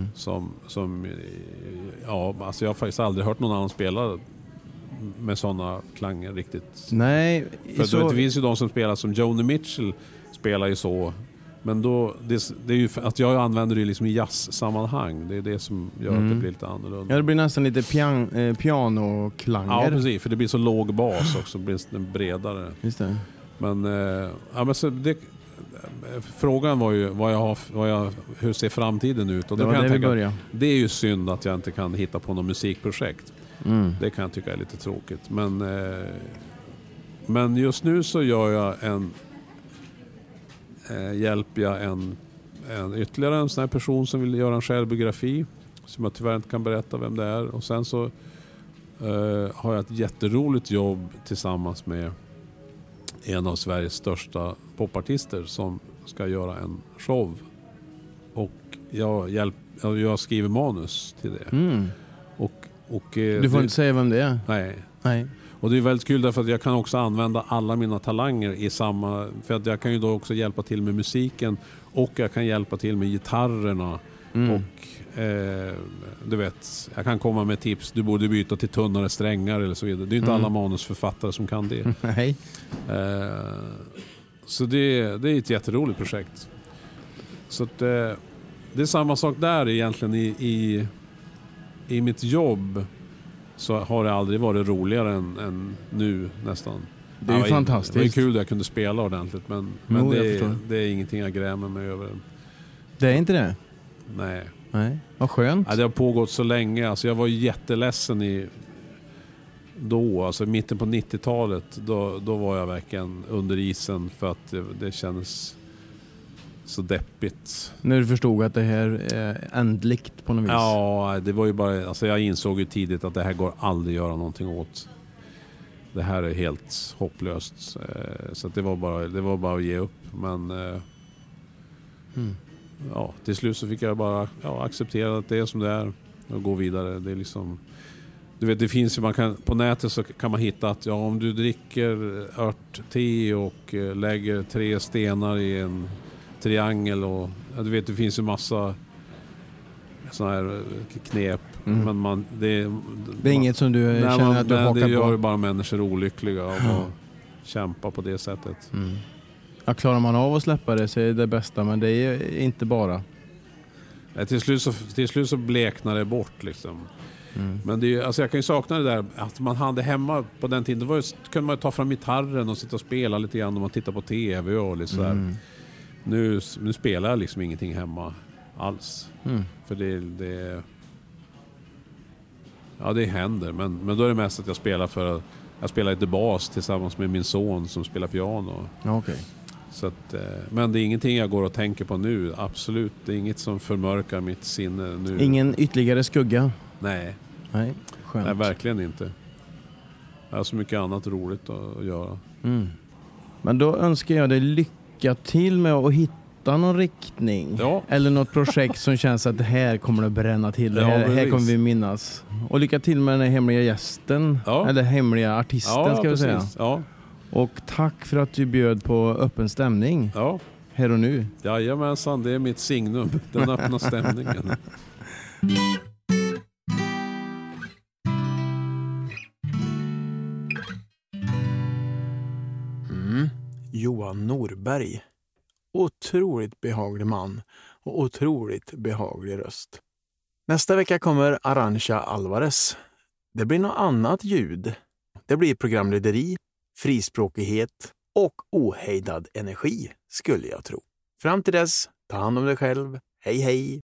Alltså jag har faktiskt aldrig hört någon annan spela med sådana klanger riktigt. Nej. För det finns ju de som spelar som Joni Mitchell spelar ju så. Men då, det är ju för att jag använder det liksom i jazz-sammanhang. Det är det som gör att det blir lite annorlunda. Ja, det blir nästan lite pianoklanger. Ja, precis. För det blir så låg bas också. Det blir den bredare. Just det. Men, frågan var ju hur ser framtiden ut? Och det då var kan det jag vi började. Det är ju synd att jag inte kan hitta på något musikprojekt. Det kan jag tycka är lite tråkigt. Men just nu så gör jag hjälper jag ytterligare en sån här person som vill göra en självbiografi, som jag tyvärr inte kan berätta vem det är. Och sen så har jag ett jätteroligt jobb tillsammans med en av Sveriges största popartister som ska göra en show. Och jag skriver manus till det. Och du får inte säga vem det är. Nej. Och det är väldigt kul därför att jag kan också använda alla mina talanger i samma... För att jag kan ju då också hjälpa till med musiken, och jag kan hjälpa till med gitarrerna och Du vet, jag kan komma med tips. Du borde byta till tunnare strängar eller så vidare. Det är inte alla manusförfattare som kan det. Nej. Så det är ett jätteroligt projekt. Så att, det är samma sak där egentligen i mitt jobb. Så har det aldrig varit roligare än nu nästan. Det är ju fantastiskt. Det är kul att jag kunde spela ordentligt. Men det är ingenting jag grämer mig över. Det är inte det? Nej. Vad skönt. Ja, det har pågått så länge. Alltså jag var jätteledsen alltså mitten på 90-talet. Då var jag verkligen under isen för att det kändes så deppigt. När du förstod att det här är ändligt på något vis? Ja, det var ju bara... Alltså jag insåg ju tidigt att det här går aldrig att göra någonting åt. Det här är helt hopplöst. Så att det var bara att ge upp. Men... Ja, till slut så fick jag bara acceptera att det är som det är och gå vidare. Det är liksom, du vet, det finns ju, på nätet så kan man hitta att om du dricker örtte och lägger 3 stenar i en triangel och du vet, det finns ju massa såna här knep. Men det är inget som du känner att du hakar på? Det gör ju bara människor olyckliga av att kämpa på det sättet. Ja, klarar man av att släppa det så är det bästa, men det är inte bara. Till slut så bleknar det bort liksom. Men det är, alltså jag kan ju sakna det där att man hade hemma på den tiden. Kunde man ju ta fram gitarren och sitta och spela lite grann om man tittar på tv och lite så här. Nu spelar jag liksom ingenting hemma alls. För det händer. Men då är det mest att jag spelar lite bas tillsammans med min son som spelar piano. Okay. Så att, men det är ingenting jag går och tänker på nu. Absolut, det är inget som förmörkar mitt sinne nu. Ingen ytterligare skugga? Nej, skönt. Nej, verkligen inte. Jag har så mycket annat roligt att göra. Men då önskar jag dig lycka till med att hitta någon riktning. Ja. Eller något projekt som känns att det här kommer att bränna till. Det här kommer vi minnas. Och lycka till med den här hemliga gästen. Ja. Eller hemliga artisten ska vi säga. Ja. Och tack för att du bjöd på öppen stämning. Ja. Här och nu. Jajamensan, det är mitt signum. Den öppna stämningen. Johan Norberg. Otroligt behaglig man och otroligt behaglig röst. Nästa vecka kommer Arantxa Alvarez. Det blir något annat ljud. Det blir programlederi, frispråkighet och ohejdad energi, skulle jag tro. Fram till dess, ta hand om dig själv. Hej hej!